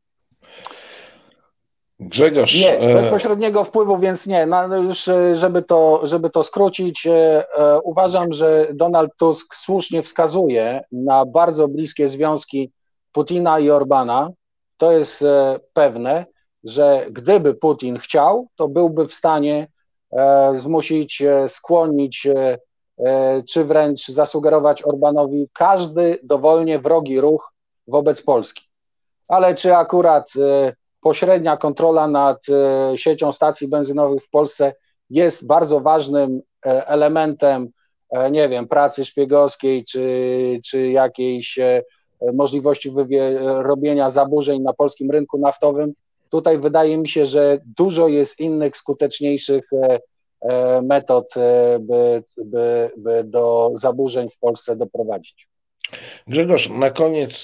Grzegorz. Nie, bezpośredniego wpływu, więc nie. Już, żeby to skrócić, uważam, że Donald Tusk słusznie wskazuje na bardzo bliskie związki Putina i Orbana. To jest pewne, że gdyby Putin chciał, to byłby w stanie zmusić, skłonić, czy wręcz zasugerować Orbanowi każdy dowolnie wrogi ruch wobec Polski. Ale czy akurat pośrednia kontrola nad siecią stacji benzynowych w Polsce jest bardzo ważnym elementem, nie wiem, pracy szpiegowskiej, czy jakiejś możliwości robienia zaburzeń na polskim rynku naftowym? Tutaj wydaje mi się, że dużo jest innych, skuteczniejszych metod, by do zaburzeń w Polsce doprowadzić. Grzegorz, na koniec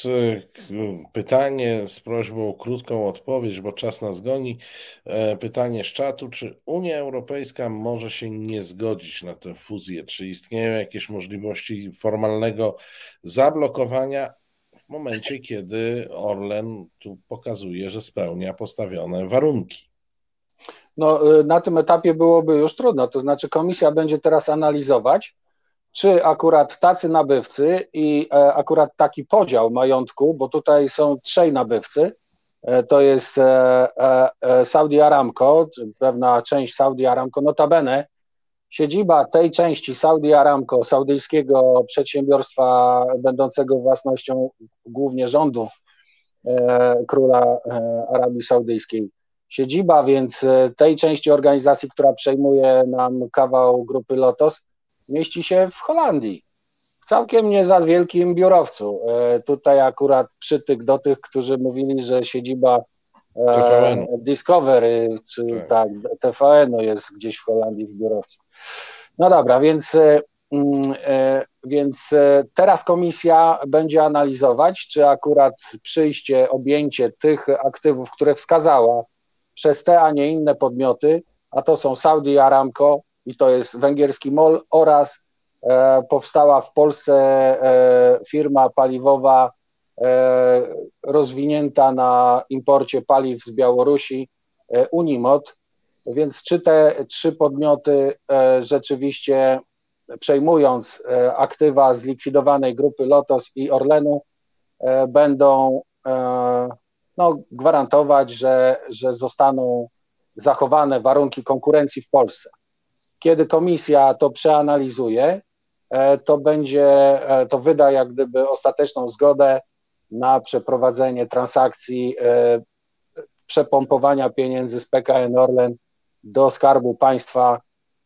pytanie z prośbą o krótką odpowiedź, bo czas nas goni. Pytanie z czatu, czy Unia Europejska może się nie zgodzić na tę fuzję? Czy istnieją jakieś możliwości formalnego zablokowania w momencie, kiedy Orlen tu pokazuje, że spełnia postawione warunki? No, na tym etapie byłoby już trudno, to znaczy komisja będzie teraz analizować, czy akurat tacy nabywcy i akurat taki podział majątku, bo tutaj są trzej nabywcy, to jest Saudi Aramco, pewna część Saudi Aramco, notabene siedziba tej części Saudi Aramco, saudyjskiego przedsiębiorstwa będącego własnością głównie rządu króla Arabii Saudyjskiej. Siedziba więc tej części organizacji, która przejmuje nam kawał grupy Lotos, mieści się w Holandii, w całkiem nie za wielkim biurowcu. Tutaj akurat przytyk do tych, którzy mówili, że siedziba Discovery, czy tak, TVN-u jest gdzieś w Holandii w biurowcu. No dobra, więc teraz komisja będzie analizować, czy akurat objęcie tych aktywów, które wskazała przez te, a nie inne podmioty, a to są Saudi Aramco i to jest węgierski MOL oraz powstała w Polsce firma paliwowa rozwinięta na imporcie paliw z Białorusi, Unimod. Więc czy te trzy podmioty rzeczywiście, przejmując aktywa zlikwidowanej grupy Lotos i Orlenu, będą gwarantować, że zostaną zachowane warunki konkurencji w Polsce. Kiedy komisja to przeanalizuje, to wyda jak gdyby ostateczną zgodę na przeprowadzenie transakcji przepompowania pieniędzy z PKN Orlen do Skarbu Państwa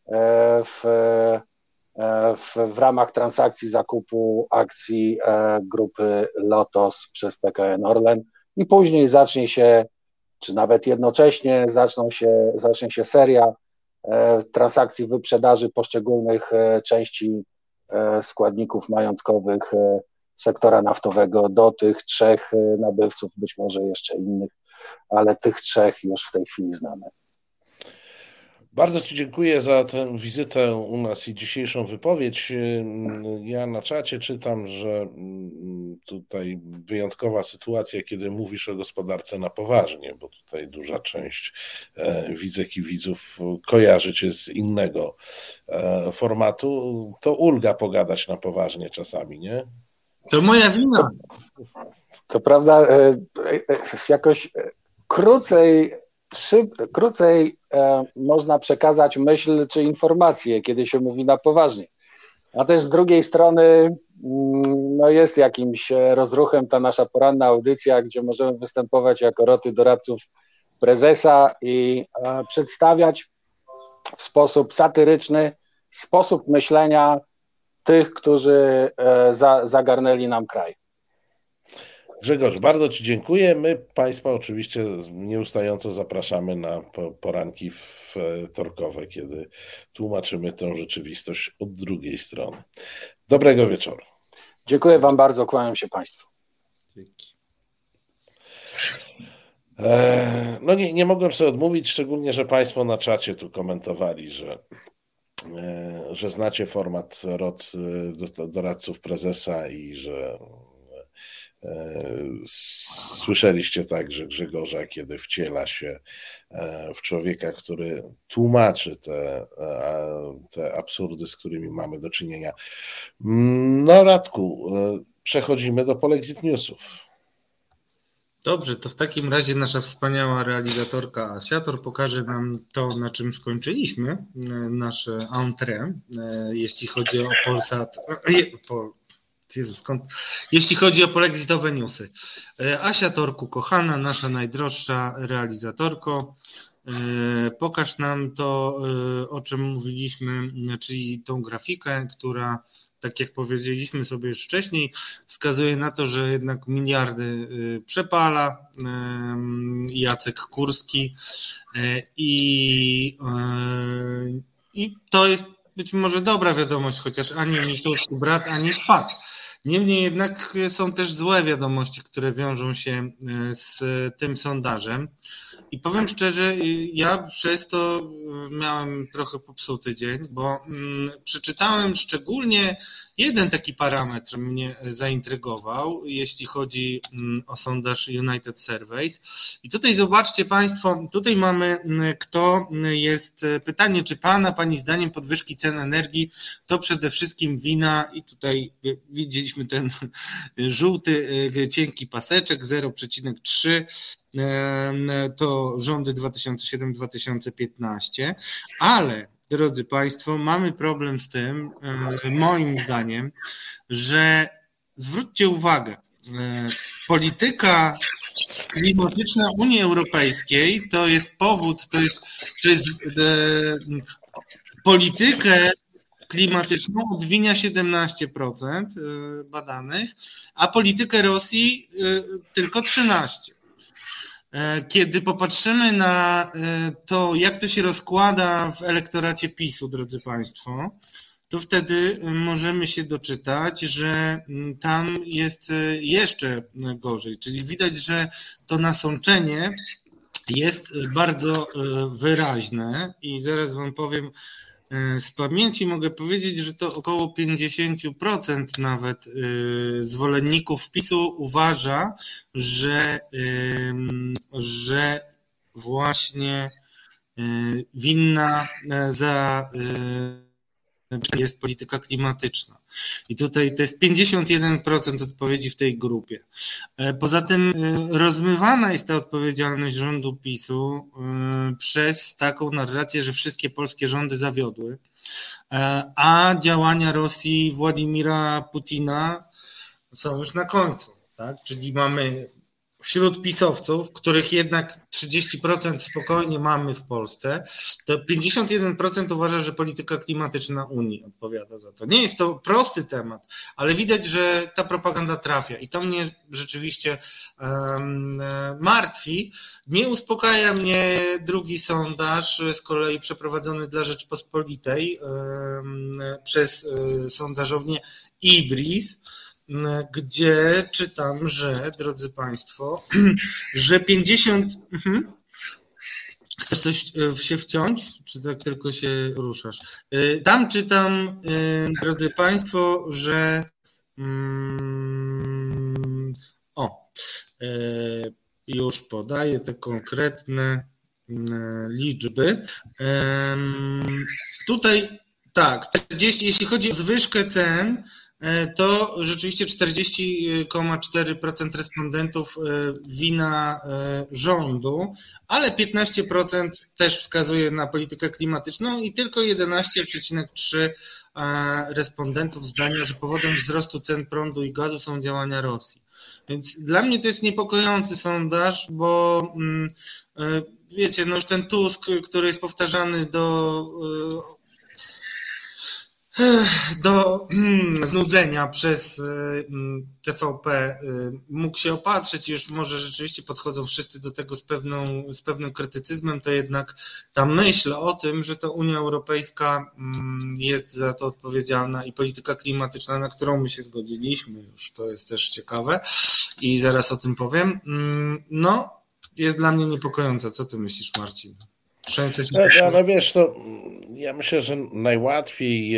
w ramach transakcji zakupu akcji grupy Lotos przez PKN Orlen i później zacznie się, czy nawet jednocześnie zacznie się seria transakcji wyprzedaży poszczególnych części składników majątkowych sektora naftowego do tych 3 nabywców, być może jeszcze innych, ale tych 3 już w tej chwili znamy. Bardzo Ci dziękuję za tę wizytę u nas i dzisiejszą wypowiedź. Ja na czacie czytam, że tutaj wyjątkowa sytuacja, kiedy mówisz o gospodarce na poważnie, bo tutaj duża część widzek i widzów kojarzy Cię z innego formatu. To ulga pogadać na poważnie czasami, nie? To moja wina. To prawda, jakoś krócej można przekazać myśl czy informację, kiedy się mówi na poważnie. A też z drugiej strony no jest jakimś rozruchem ta nasza poranna audycja, gdzie możemy występować jako roty doradców prezesa i przedstawiać w sposób satyryczny sposób myślenia tych, którzy zagarnęli nam kraj. Grzegorz, bardzo Ci dziękuję. My Państwa oczywiście nieustająco zapraszamy na poranki wtorkowe, kiedy tłumaczymy tę rzeczywistość od drugiej strony. Dobrego wieczoru. Dziękuję Wam bardzo, kłaniam się Państwu. Dzięki. No nie mogłem sobie odmówić, szczególnie, że Państwo na czacie tu komentowali, że znacie format rot doradców prezesa i że słyszeliście także Grzegorza, kiedy wciela się w człowieka, który tłumaczy te absurdy, z którymi mamy do czynienia. No Radku, przechodzimy do Polexit Newsów. Dobrze, to w takim razie nasza wspaniała realizatorka Asiator pokaże nam to, na czym skończyliśmy, nasze entrée, jeśli chodzi o Polsat. Jezu, skąd? Jeśli chodzi o polexitowe newsy. Asiatorku, kochana, nasza najdroższa realizatorko, pokaż nam to, o czym mówiliśmy, czyli tą grafikę, która, tak jak powiedzieliśmy sobie już wcześniej, wskazuje na to, że jednak miliardy przepala Jacek Kurski i to jest być może dobra wiadomość, chociaż ani mi Tusk brat, ani spadł. Niemniej jednak są też złe wiadomości, które wiążą się z tym sondażem. I powiem szczerze, ja przez to miałem trochę popsuty dzień, bo przeczytałem szczególnie jeden taki parametr mnie zaintrygował, jeśli chodzi o sondaż United Surveys. I tutaj zobaczcie Państwo, tutaj mamy kto jest, pytanie, czy Pani zdaniem podwyżki cen energii to przede wszystkim wina, i tutaj widzieliśmy ten żółty, cienki paseczek 0,3, to rządy 2007-2015, ale drodzy Państwo, mamy problem z tym, moim zdaniem, że zwróćcie uwagę, polityka klimatyczna Unii Europejskiej to jest powód, to jest politykę klimatyczną obwinia 17% badanych, a politykę Rosji tylko 13%. Kiedy popatrzymy na to, jak to się rozkłada w elektoracie PiS-u, drodzy Państwo, to wtedy możemy się doczytać, że tam jest jeszcze gorzej. Czyli widać, że to nasączenie jest bardzo wyraźne i zaraz Wam powiem, z pamięci mogę powiedzieć, że to około 50% nawet zwolenników PiS-u uważa, że właśnie winna za jest polityka klimatyczna. I tutaj to jest 51% odpowiedzi w tej grupie. Poza tym rozmywana jest ta odpowiedzialność rządu PiS-u przez taką narrację, że wszystkie polskie rządy zawiodły, a działania Rosji Władimira Putina są już na końcu. Tak? Czyli mamy wśród pisowców, których jednak 30% spokojnie mamy w Polsce, to 51% uważa, że polityka klimatyczna Unii odpowiada za to. Nie jest to prosty temat, ale widać, że ta propaganda trafia i to mnie rzeczywiście martwi. Nie uspokaja mnie drugi sondaż, z kolei przeprowadzony dla Rzeczpospolitej przez sondażownię IBRIS, gdzie czytam, że, drodzy Państwo, że 50... Chcesz coś się wciąć, czy tak tylko się ruszasz? Tam czytam, drodzy Państwo, że... już podaję te konkretne liczby. Tutaj tak, 40, jeśli chodzi o zwyżkę cen, to rzeczywiście 40,4% respondentów wina rządu, ale 15% też wskazuje na politykę klimatyczną i tylko 11,3% respondentów zdania, że powodem wzrostu cen prądu i gazu są działania Rosji. Więc dla mnie to jest niepokojący sondaż, bo wiecie, no już ten Tusk, który jest powtarzany do znudzenia przez TVP, mógł się opatrzyć i już może rzeczywiście podchodzą wszyscy do tego z pewnym krytycyzmem, to jednak ta myśl o tym, że to Unia Europejska jest za to odpowiedzialna i polityka klimatyczna, na którą my się zgodziliśmy, już to jest też ciekawe i zaraz o tym powiem, no jest dla mnie niepokojąca. Co ty myślisz, Marcin? Ale wiesz, to ja myślę, że najłatwiej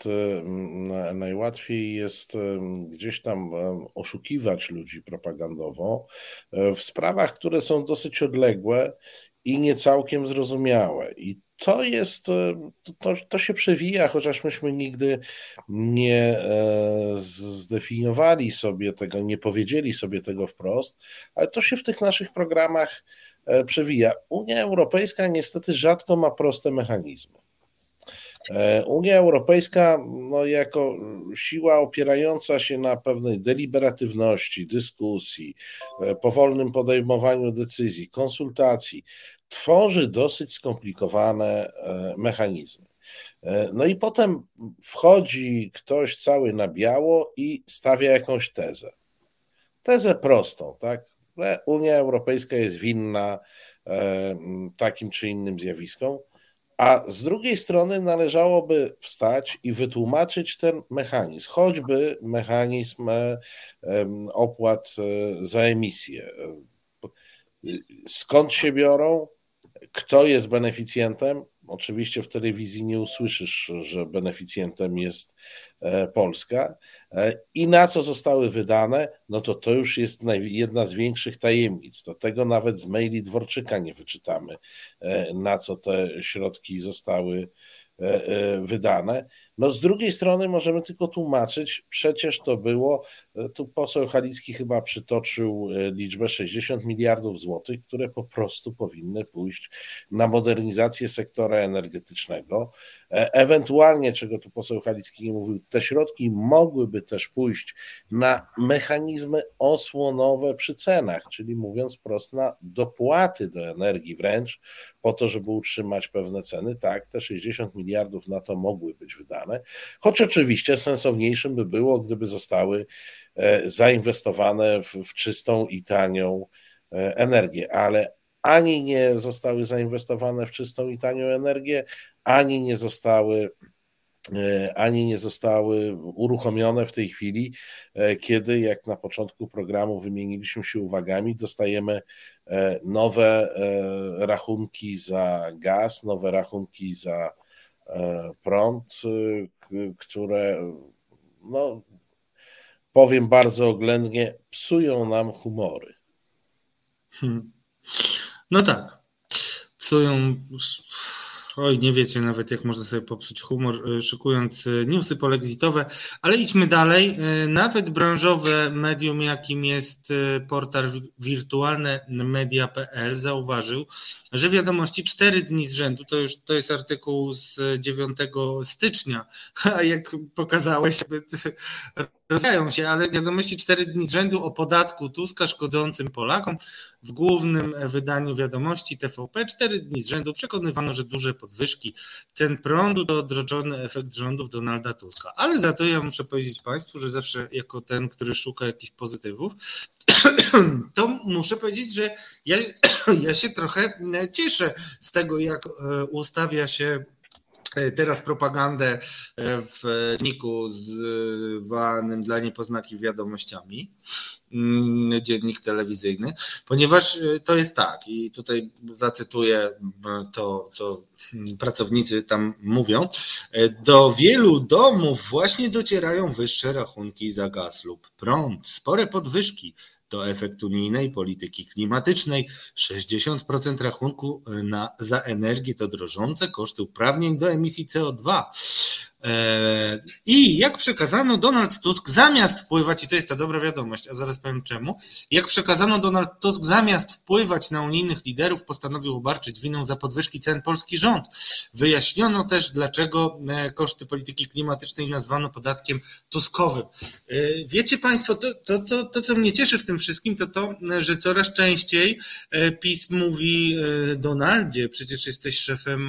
jest gdzieś tam oszukiwać ludzi propagandowo w sprawach, które są dosyć odległe i nie całkiem zrozumiałe. I to się przewija, chociaż myśmy nigdy nie zdefiniowali sobie tego, nie powiedzieli sobie tego wprost, ale to się w tych naszych programach przewija. Unia Europejska niestety rzadko ma proste mechanizmy. Unia Europejska, no, jako siła opierająca się na pewnej deliberatywności, dyskusji, powolnym podejmowaniu decyzji, konsultacji, tworzy dosyć skomplikowane mechanizmy. No i potem wchodzi ktoś cały na biało i stawia jakąś tezę. Tezę prostą, tak? Unia Europejska jest winna takim czy innym zjawiskom, a z drugiej strony należałoby wstać i wytłumaczyć ten mechanizm, choćby mechanizm opłat za emisję. Skąd się biorą? Kto jest beneficjentem? Oczywiście w telewizji nie usłyszysz, że beneficjentem jest Polska. I na co zostały wydane? No to już jest jedna z większych tajemnic. Do tego nawet z maili Dworczyka nie wyczytamy, na co te środki zostały wydane. No z drugiej strony możemy tylko tłumaczyć, przecież to było, tu poseł Halicki chyba przytoczył liczbę 60 miliardów złotych, które po prostu powinny pójść na modernizację sektora energetycznego. Ewentualnie, czego tu poseł Halicki nie mówił, te środki mogłyby też pójść na mechanizmy osłonowe przy cenach, czyli mówiąc wprost na dopłaty do energii wręcz, po to, żeby utrzymać pewne ceny. Tak, te 60 miliardów na to mogły być wydane. Choć oczywiście sensowniejszym by było, gdyby zostały zainwestowane w czystą i tanią energię, ale ani nie zostały zainwestowane w czystą i tanią energię, ani nie zostały uruchomione w tej chwili, kiedy, jak na początku programu wymieniliśmy się uwagami, dostajemy nowe rachunki za gaz, nowe rachunki za prąd, które, no, powiem bardzo oględnie, psują nam humory. No tak, psują. Oj, nie wiecie nawet, jak można sobie popsuć humor, szykując newsy polexitowe, ale idźmy dalej. Nawet branżowe medium, jakim jest portal wirtualnemedia.pl, zauważył, że Wiadomości 4 dni z rzędu, to jest artykuł z 9 stycznia, a jak pokazałeś, rozwijają się, ale wiadomości 4 dni z rzędu o podatku Tuska szkodzącym Polakom. W głównym wydaniu wiadomości TVP 4 dni z rzędu przekonywano, że duże podwyżki cen prądu to odroczony efekt rządów Donalda Tuska. Ale za to ja muszę powiedzieć Państwu, że zawsze jako ten, który szuka jakichś pozytywów, to muszę powiedzieć, że ja się trochę cieszę z tego, jak ustawia się teraz propagandę w dzienniku zwanym dla niepoznaki wiadomościami, dziennik telewizyjny, ponieważ to jest tak i tutaj zacytuję to, co pracownicy tam mówią, do wielu domów właśnie docierają wyższe rachunki za gaz lub prąd, spore podwyżki. To efekt unijnej polityki klimatycznej. 60% rachunku za energię to drożące koszty uprawnień do emisji CO2. I jak przekazano, Donald Tusk zamiast wpływać, i to jest ta dobra wiadomość, a zaraz powiem czemu, jak przekazano, Donald Tusk zamiast wpływać na unijnych liderów postanowił obarczyć winą za podwyżki cen polski rząd. Wyjaśniono też, dlaczego koszty polityki klimatycznej nazwano podatkiem tuskowym. Wiecie Państwo, to co mnie cieszy w tym wszystkim, to, że coraz częściej PiS mówi Donaldzie, przecież jesteś szefem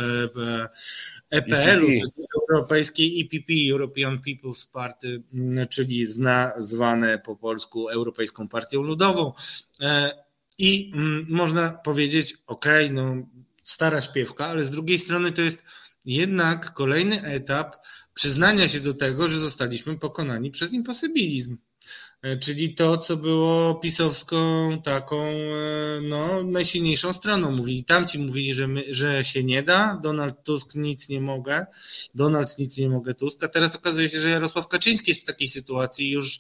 EPL-u, czyli Europejskiej EPP, European People's Party, czyli zwane po polsku Europejską Partią Ludową. I można powiedzieć, no stara śpiewka, ale z drugiej strony to jest jednak kolejny etap przyznania się do tego, że zostaliśmy pokonani przez imposybilizm. Czyli to, co było pisowską taką najsilniejszą stroną. Tamci mówili, że się nie da, Donald nic nie mogę, Tusk, a teraz okazuje się, że Jarosław Kaczyński jest w takiej sytuacji już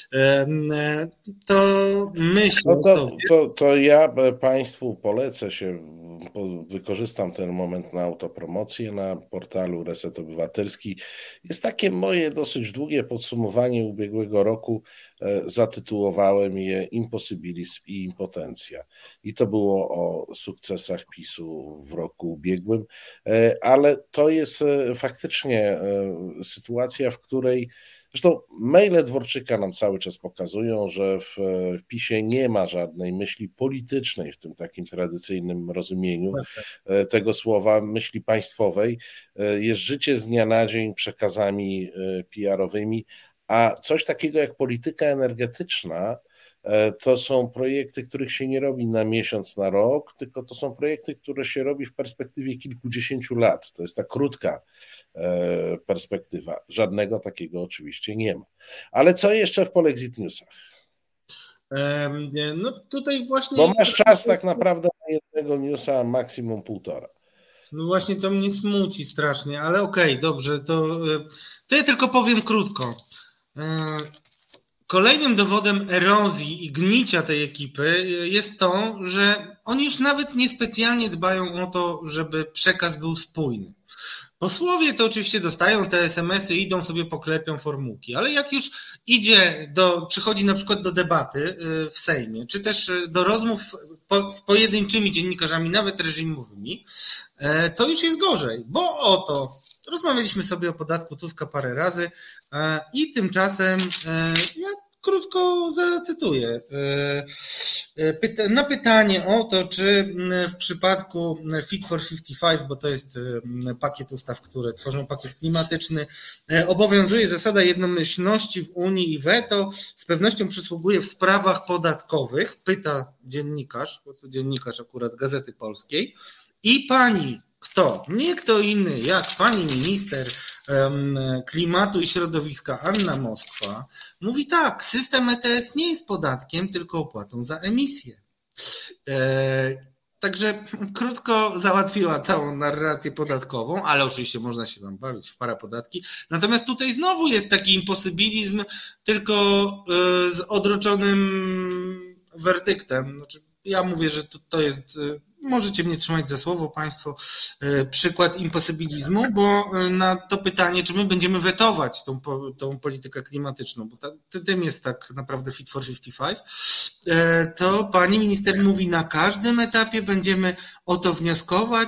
to myślę. To ja Państwu polecę się, wykorzystam ten moment na autopromocję na portalu Reset Obywatelski. Jest takie moje dosyć długie podsumowanie ubiegłego roku, zatytułowałem je Imposybilizm i impotencja. I to było o sukcesach PiS-u w roku ubiegłym, ale to jest faktycznie sytuacja, w której zresztą maile Dworczyka nam cały czas pokazują, że w PiS-ie nie ma żadnej myśli politycznej w tym takim tradycyjnym rozumieniu tego słowa, myśli państwowej. Jest życie z dnia na dzień przekazami PR-owymi, a coś takiego jak polityka energetyczna to są projekty, których się nie robi na miesiąc, na rok, tylko to są projekty, które się robi w perspektywie kilkudziesięciu lat. To jest ta krótka perspektywa. Żadnego takiego oczywiście nie ma. Ale co jeszcze w Polexit Newsach? No tutaj właśnie... Bo masz czas tak naprawdę na jednego newsa, maksimum 1,5. No właśnie to mnie smuci strasznie, ale okej, dobrze, to ja tylko powiem krótko. Kolejnym dowodem erozji i gnicia tej ekipy jest to, że oni już nawet niespecjalnie dbają o to, żeby przekaz był spójny. Posłowie to oczywiście dostają te SMS-y, idą sobie poklepią formułki, ale jak już przychodzi na przykład do debaty w Sejmie, czy też do rozmów z pojedynczymi dziennikarzami, nawet reżimowymi, to już jest gorzej, bo oto rozmawialiśmy sobie o podatku Tuska parę razy i tymczasem ja krótko zacytuję. Na pytanie o to, czy w przypadku Fit for 55, bo to jest pakiet ustaw, które tworzą pakiet klimatyczny, obowiązuje zasada jednomyślności w Unii i weto, z pewnością przysługuje w sprawach podatkowych, pyta dziennikarz, bo to dziennikarz akurat Gazety Polskiej, i pani kto? Nie kto inny jak pani minister klimatu i środowiska Anna Moskwa mówi tak, system ETS nie jest podatkiem, tylko opłatą za emisję. Także krótko załatwiła całą narrację podatkową, ale oczywiście można się tam bawić w parapodatki. Natomiast tutaj znowu jest taki imposybilizm, tylko z odroczonym werdyktem. Znaczy, ja mówię, że to jest... Możecie mnie trzymać za słowo Państwo, przykład imposybilizmu, bo na to pytanie, czy my będziemy wetować tą politykę klimatyczną, bo tym jest tak naprawdę Fit for 55, to pani minister mówi, na każdym etapie będziemy o to wnioskować i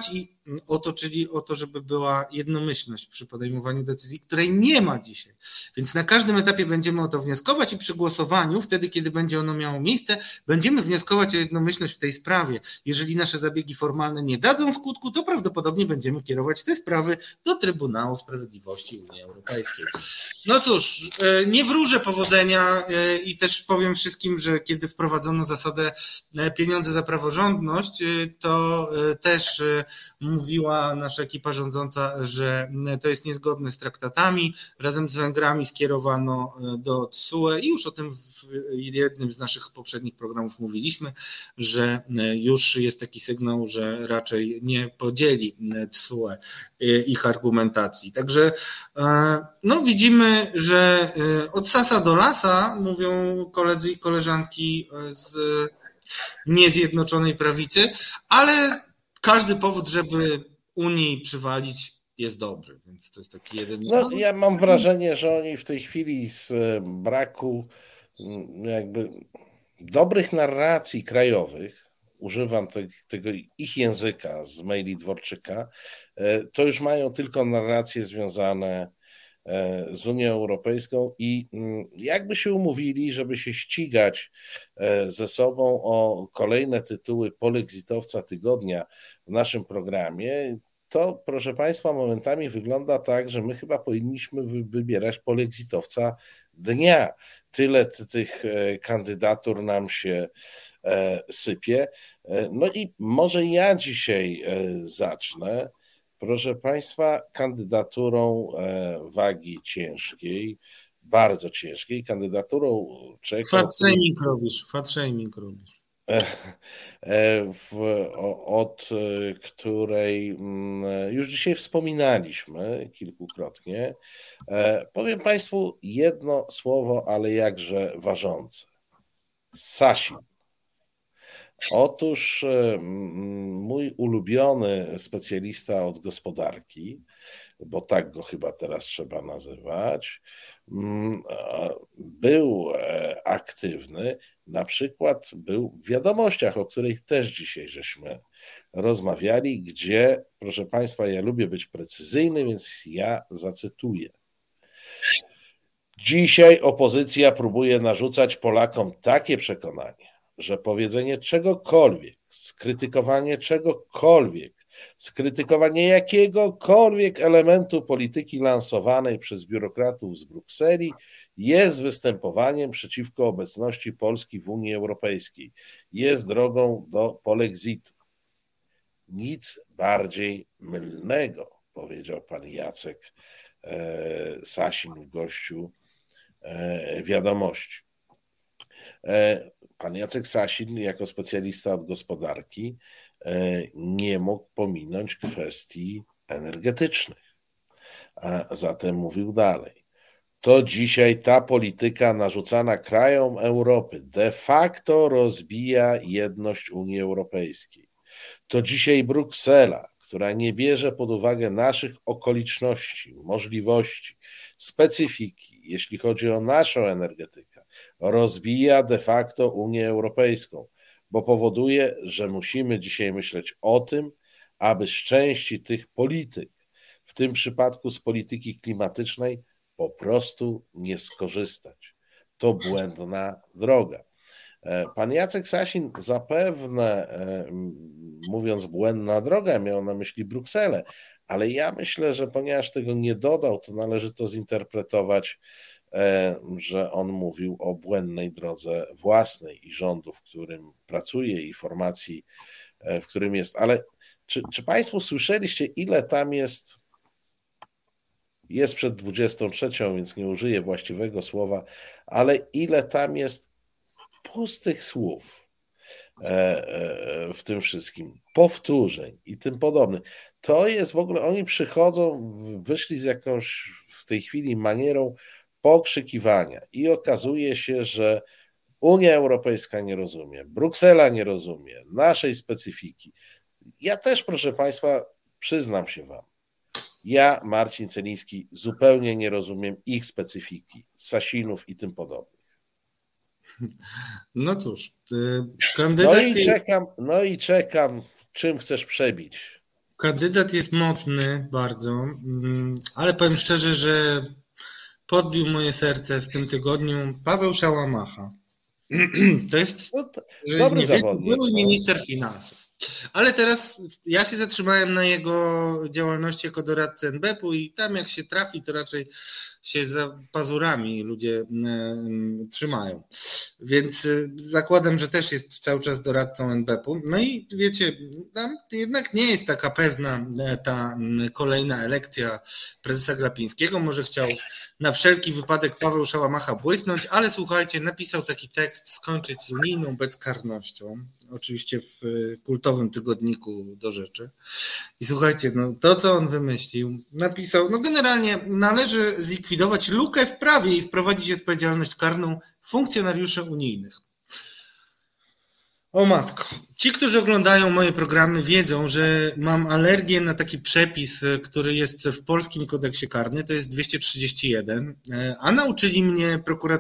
czyli o to, żeby była jednomyślność przy podejmowaniu decyzji, której nie ma dzisiaj. Więc na każdym etapie będziemy o to wnioskować i przy głosowaniu, wtedy kiedy będzie ono miało miejsce, będziemy wnioskować o jednomyślność w tej sprawie. Jeżeli nasze zabiegi formalne nie dadzą skutku, to prawdopodobnie będziemy kierować te sprawy do Trybunału Sprawiedliwości Unii Europejskiej. No cóż, nie wróżę powodzenia i też powiem wszystkim, że kiedy wprowadzono zasadę pieniądze za praworządność, to też mówiła nasza ekipa rządząca, że to jest niezgodne z traktatami. Razem z Węgrami skierowano do TSUE i już o tym w jednym z naszych poprzednich programów mówiliśmy, że już jest taki sygnał, że raczej nie podzieli TSUE ich argumentacji. Także no widzimy, że od sasa do lasa, mówią koledzy i koleżanki z niezjednoczonej prawicy, ale każdy powód, żeby Unii przywalić, jest dobry, więc to jest taki jeden... No, ja mam wrażenie, że oni w tej chwili z braku jakby dobrych narracji krajowych, używam tego ich języka z maili Dworczyka, to już mają tylko narracje związane z Unią Europejską i jakby się umówili, żeby się ścigać ze sobą o kolejne tytuły polexitowca tygodnia w naszym programie, to proszę Państwa momentami wygląda tak, że my chyba powinniśmy wybierać polexitowca dnia. Tyle tych kandydatur nam się sypie. No i może ja dzisiaj zacznę. Proszę Państwa, kandydaturą wagi ciężkiej, bardzo ciężkiej, kandydaturą człowieka... Fat shaming robisz. Od której już dzisiaj wspominaliśmy kilkukrotnie. Powiem Państwu jedno słowo, ale jakże ważące. Sasin. Otóż mój ulubiony specjalista od gospodarki, bo tak go chyba teraz trzeba nazywać, był aktywny, na przykład był w Wiadomościach, o której też dzisiaj żeśmy rozmawiali, gdzie, proszę Państwa, ja lubię być precyzyjny, więc ja zacytuję. Dzisiaj opozycja próbuje narzucać Polakom takie przekonanie, że powiedzenie czegokolwiek, skrytykowanie jakiegokolwiek elementu polityki lansowanej przez biurokratów z Brukseli jest występowaniem przeciwko obecności Polski w Unii Europejskiej. Jest drogą do polexitu. Nic bardziej mylnego, powiedział pan Jacek Sasin w gościu Wiadomości. Pan Jacek Sasin jako specjalista od gospodarki nie mógł pominąć kwestii energetycznych. A zatem mówił dalej. To dzisiaj ta polityka narzucana krajom Europy de facto rozbija jedność Unii Europejskiej. To dzisiaj Bruksela, która nie bierze pod uwagę naszych okoliczności, możliwości, specyfiki, jeśli chodzi o naszą energetykę, rozbija de facto Unię Europejską, bo powoduje, że musimy dzisiaj myśleć o tym, aby z części tych polityk, w tym przypadku z polityki klimatycznej, po prostu nie skorzystać. To błędna droga. Pan Jacek Sasin zapewne, mówiąc błędna droga, miał na myśli Brukselę, ale ja myślę, że ponieważ tego nie dodał, to należy to zinterpretować, że on mówił o błędnej drodze własnej i rządu, w którym pracuje, i formacji, w którym jest. Ale czy Państwo słyszeliście, ile tam jest przed 23, więc nie użyję właściwego słowa, ale ile tam jest pustych słów w tym wszystkim, powtórzeń i tym podobnych. To jest w ogóle, oni przychodzą, wyszli z jakąś w tej chwili manierą pokrzykiwania i okazuje się, że Unia Europejska nie rozumie, Bruksela nie rozumie naszej specyfiki. Ja też, proszę Państwa, przyznam się Wam, ja, Marcin Celiński, zupełnie nie rozumiem ich specyfiki, Sasinów i tym podobnych. No cóż, kandydat... No i czekam, czym chcesz przebić? Kandydat jest mocny bardzo, ale powiem szczerze, że podbił moje serce w tym tygodniu Paweł Szałamacha. To jest dobry zawodnik. Były minister finansów. Ale teraz ja się zatrzymałem na jego działalności jako doradcy NBP-u i tam jak się trafi, to raczej się za pazurami ludzie trzymają. Więc zakładam, że też jest cały czas doradcą NBP-u. No i wiecie, tam jednak nie jest taka pewna ta kolejna elekcja prezesa Glapińskiego. Może chciał na wszelki wypadek Paweł Szałamacha błysnąć, ale słuchajcie, napisał taki tekst: skończyć z unijną bezkarnością. Oczywiście w kultowym tygodniku Do Rzeczy. I słuchajcie, no to co on wymyślił, napisał, no generalnie należy zlikwidować lukę w prawie i wprowadzić odpowiedzialność karną funkcjonariuszy unijnych. O matko, ci, którzy oglądają moje programy, wiedzą, że mam alergię na taki przepis, który jest w polskim kodeksie karnym, to jest 231, a nauczyli mnie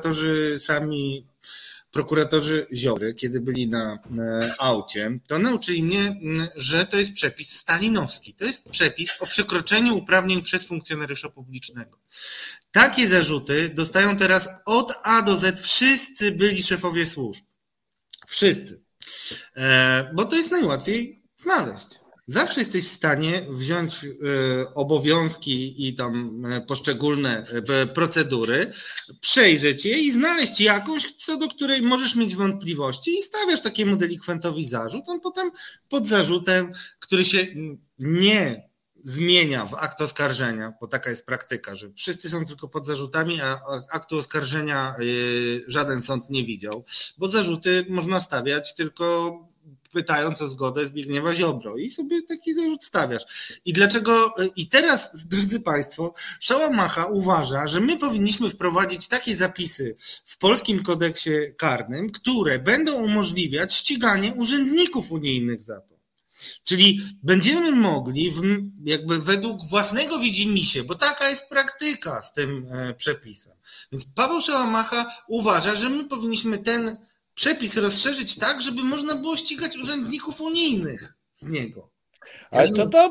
prokuratorzy Ziobry, kiedy byli na aucie, to nauczyli mnie, że to jest przepis stalinowski. To jest przepis o przekroczeniu uprawnień przez funkcjonariusza publicznego. Takie zarzuty dostają teraz od A do Z wszyscy byli szefowie służb. Wszyscy. Bo to jest najłatwiej znaleźć. Zawsze jesteś w stanie wziąć obowiązki i tam poszczególne procedury, przejrzeć je i znaleźć jakąś, co do której możesz mieć wątpliwości i stawiasz takiemu delikwentowi zarzut. On potem pod zarzutem, który się nie zmienia w akt oskarżenia, bo taka jest praktyka, że wszyscy są tylko pod zarzutami, a aktu oskarżenia żaden sąd nie widział, bo zarzuty można stawiać tylko pytając o zgodę Zbigniewa Ziobro i sobie taki zarzut stawiasz. I dlaczego? I teraz, drodzy Państwo, Szałamacha uważa, że my powinniśmy wprowadzić takie zapisy w polskim kodeksie karnym, które będą umożliwiać ściganie urzędników unijnych za to. Czyli będziemy mogli jakby według własnego widzimisię, bo taka jest praktyka z tym przepisem. Więc Paweł Szałamacha uważa, że my powinniśmy ten przepis rozszerzyć tak, żeby można było ścigać urzędników unijnych z niego. Ale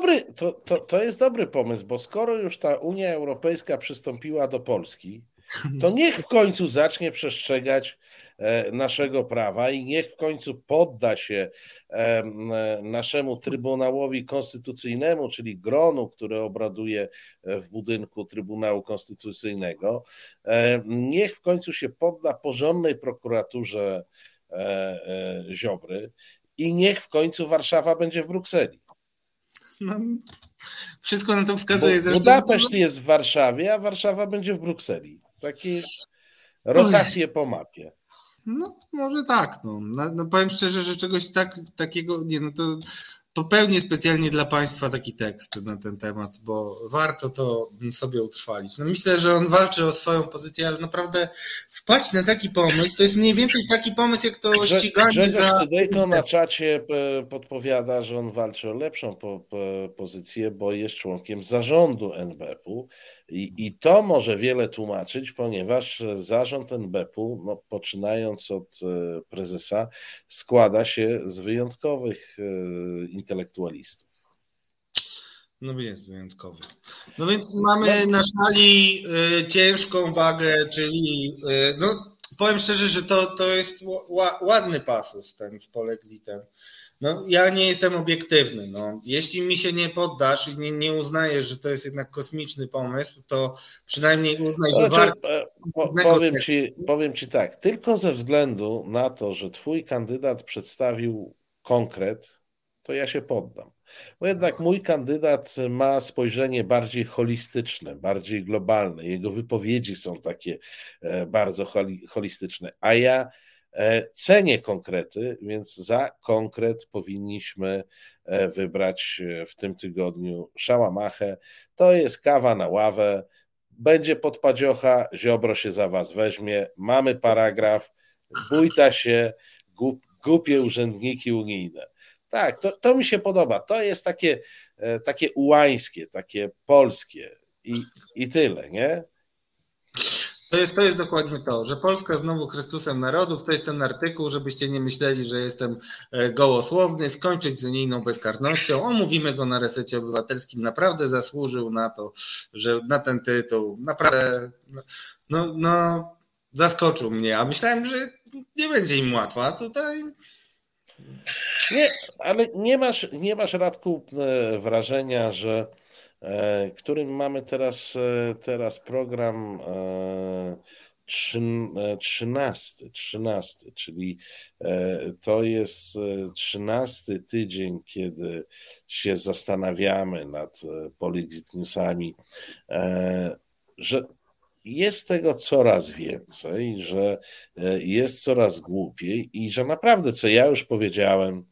to jest dobry pomysł, bo skoro już ta Unia Europejska przystąpiła do Polski, to niech w końcu zacznie przestrzegać naszego prawa i niech w końcu podda się naszemu Trybunałowi Konstytucyjnemu, czyli gronu, które obraduje w budynku Trybunału Konstytucyjnego. Niech w końcu się podda porządnej prokuraturze Ziobry i niech w końcu Warszawa będzie w Brukseli. No, wszystko na to wskazuje. Budapeszt jest w Warszawie, a Warszawa będzie w Brukseli. Takie rotacje po mapie. No może tak. No powiem szczerze, że czegoś takiego, nie, no to popełnię specjalnie dla Państwa taki tekst na ten temat, bo warto to sobie utrwalić. No myślę, że on walczy o swoją pozycję, ale naprawdę wpaść na taki pomysł, to jest mniej więcej taki pomysł, jak to ściganie za... Cydejko na czacie podpowiada, że on walczy o lepszą pozycję, bo jest członkiem zarządu NBP-u i to może wiele tłumaczyć, ponieważ zarząd NBP-u, no, poczynając od prezesa, składa się z wyjątkowych intelektualistów. No jest wyjątkowy. No więc mamy na szali ciężką wagę, czyli no powiem szczerze, że to jest ładny pasus ten z polexitem. No ja nie jestem obiektywny. No. Jeśli mi się nie poddasz i nie uznajesz, że to jest jednak kosmiczny pomysł, to przynajmniej uznaj, że warto... Powiem ci tak, tylko ze względu na to, że twój kandydat przedstawił konkret, to ja się poddam. Bo jednak mój kandydat ma spojrzenie bardziej holistyczne, bardziej globalne. Jego wypowiedzi są takie bardzo holistyczne, a ja cenię konkrety, więc za konkret powinniśmy wybrać w tym tygodniu Szałamachę. To jest kawa na ławę, będzie podpadziocha, Ziobro się za was weźmie, mamy paragraf, bójta się, głupie urzędniki unijne. Tak, to mi się podoba. To jest takie ułańskie, takie polskie i tyle, nie? To jest dokładnie to, że Polska znowu Chrystusem narodów, to jest ten artykuł, żebyście nie myśleli, że jestem gołosłowny, skończyć z unijną bezkarnością. Omówimy go na Resecie Obywatelskim, naprawdę zasłużył na to, że na ten tytuł, naprawdę zaskoczył mnie, a myślałem, że nie będzie im łatwo, a tutaj... Nie, ale nie masz, Radku, wrażenia, że którym mamy teraz program 13, czyli to jest 13 tydzień, kiedy się zastanawiamy nad Polexit Newsami, że jest tego coraz więcej, że jest coraz głupiej i że naprawdę, co ja już powiedziałem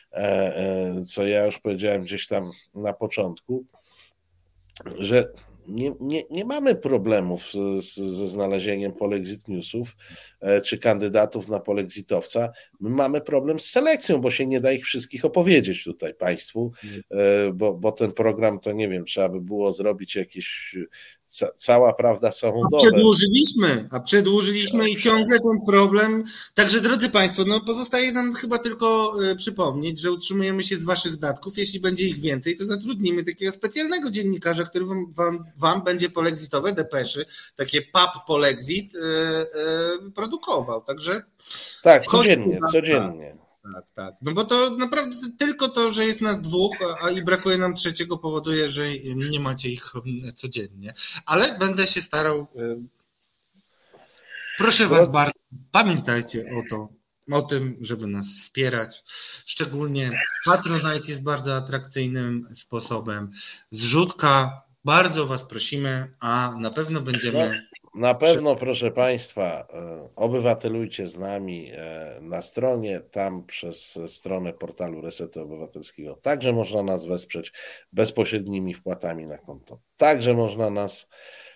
gdzieś tam na początku, że nie mamy problemów ze znalezieniem polexit newsów czy kandydatów na polexitowca. My mamy problem z selekcją, bo się nie da ich wszystkich opowiedzieć tutaj Państwu, bo ten program to nie wiem, trzeba by było zrobić jakieś cała prawda, całą dobę. Przedłużyliśmy i ciągle ten problem. Także drodzy Państwo, pozostaje nam chyba tylko przypomnieć, że utrzymujemy się z Waszych datków. Jeśli będzie ich więcej, to zatrudnimy takiego specjalnego dziennikarza, który wam będzie polexitowe depeszy, takie pub polexit produkował. Także tak, codziennie. Tak. Bo to naprawdę tylko to, że jest nas dwóch, a i brakuje nam trzeciego, powoduje, że nie macie ich codziennie. Ale będę się starał. Proszę Was bardzo, pamiętajcie o tym, żeby nas wspierać. Szczególnie Patronite jest bardzo atrakcyjnym sposobem. Zrzutka, bardzo Was prosimy, a na pewno będziemy... Na pewno, proszę Państwa, obywatelujcie z nami na stronie, tam przez stronę portalu Resetu Obywatelskiego. Także można nas wesprzeć bezpośrednimi wpłatami na konto. Także można nas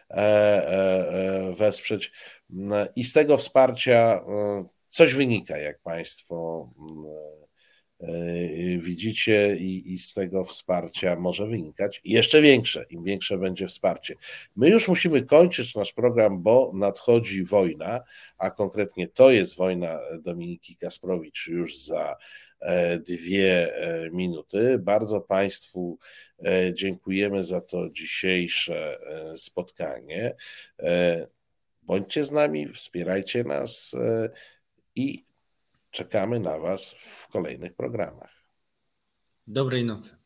wesprzeć i z tego wsparcia coś wynika, jak Państwo widzicie, i z tego wsparcia może wynikać jeszcze większe, im większe będzie wsparcie. My już musimy kończyć nasz program, bo nadchodzi wojna, a konkretnie to jest wojna Dominiki Kasprowicz już za 2 minuty. Bardzo Państwu dziękujemy za to dzisiejsze spotkanie. Bądźcie z nami, wspierajcie nas i czekamy na Was w kolejnych programach. Dobrej nocy.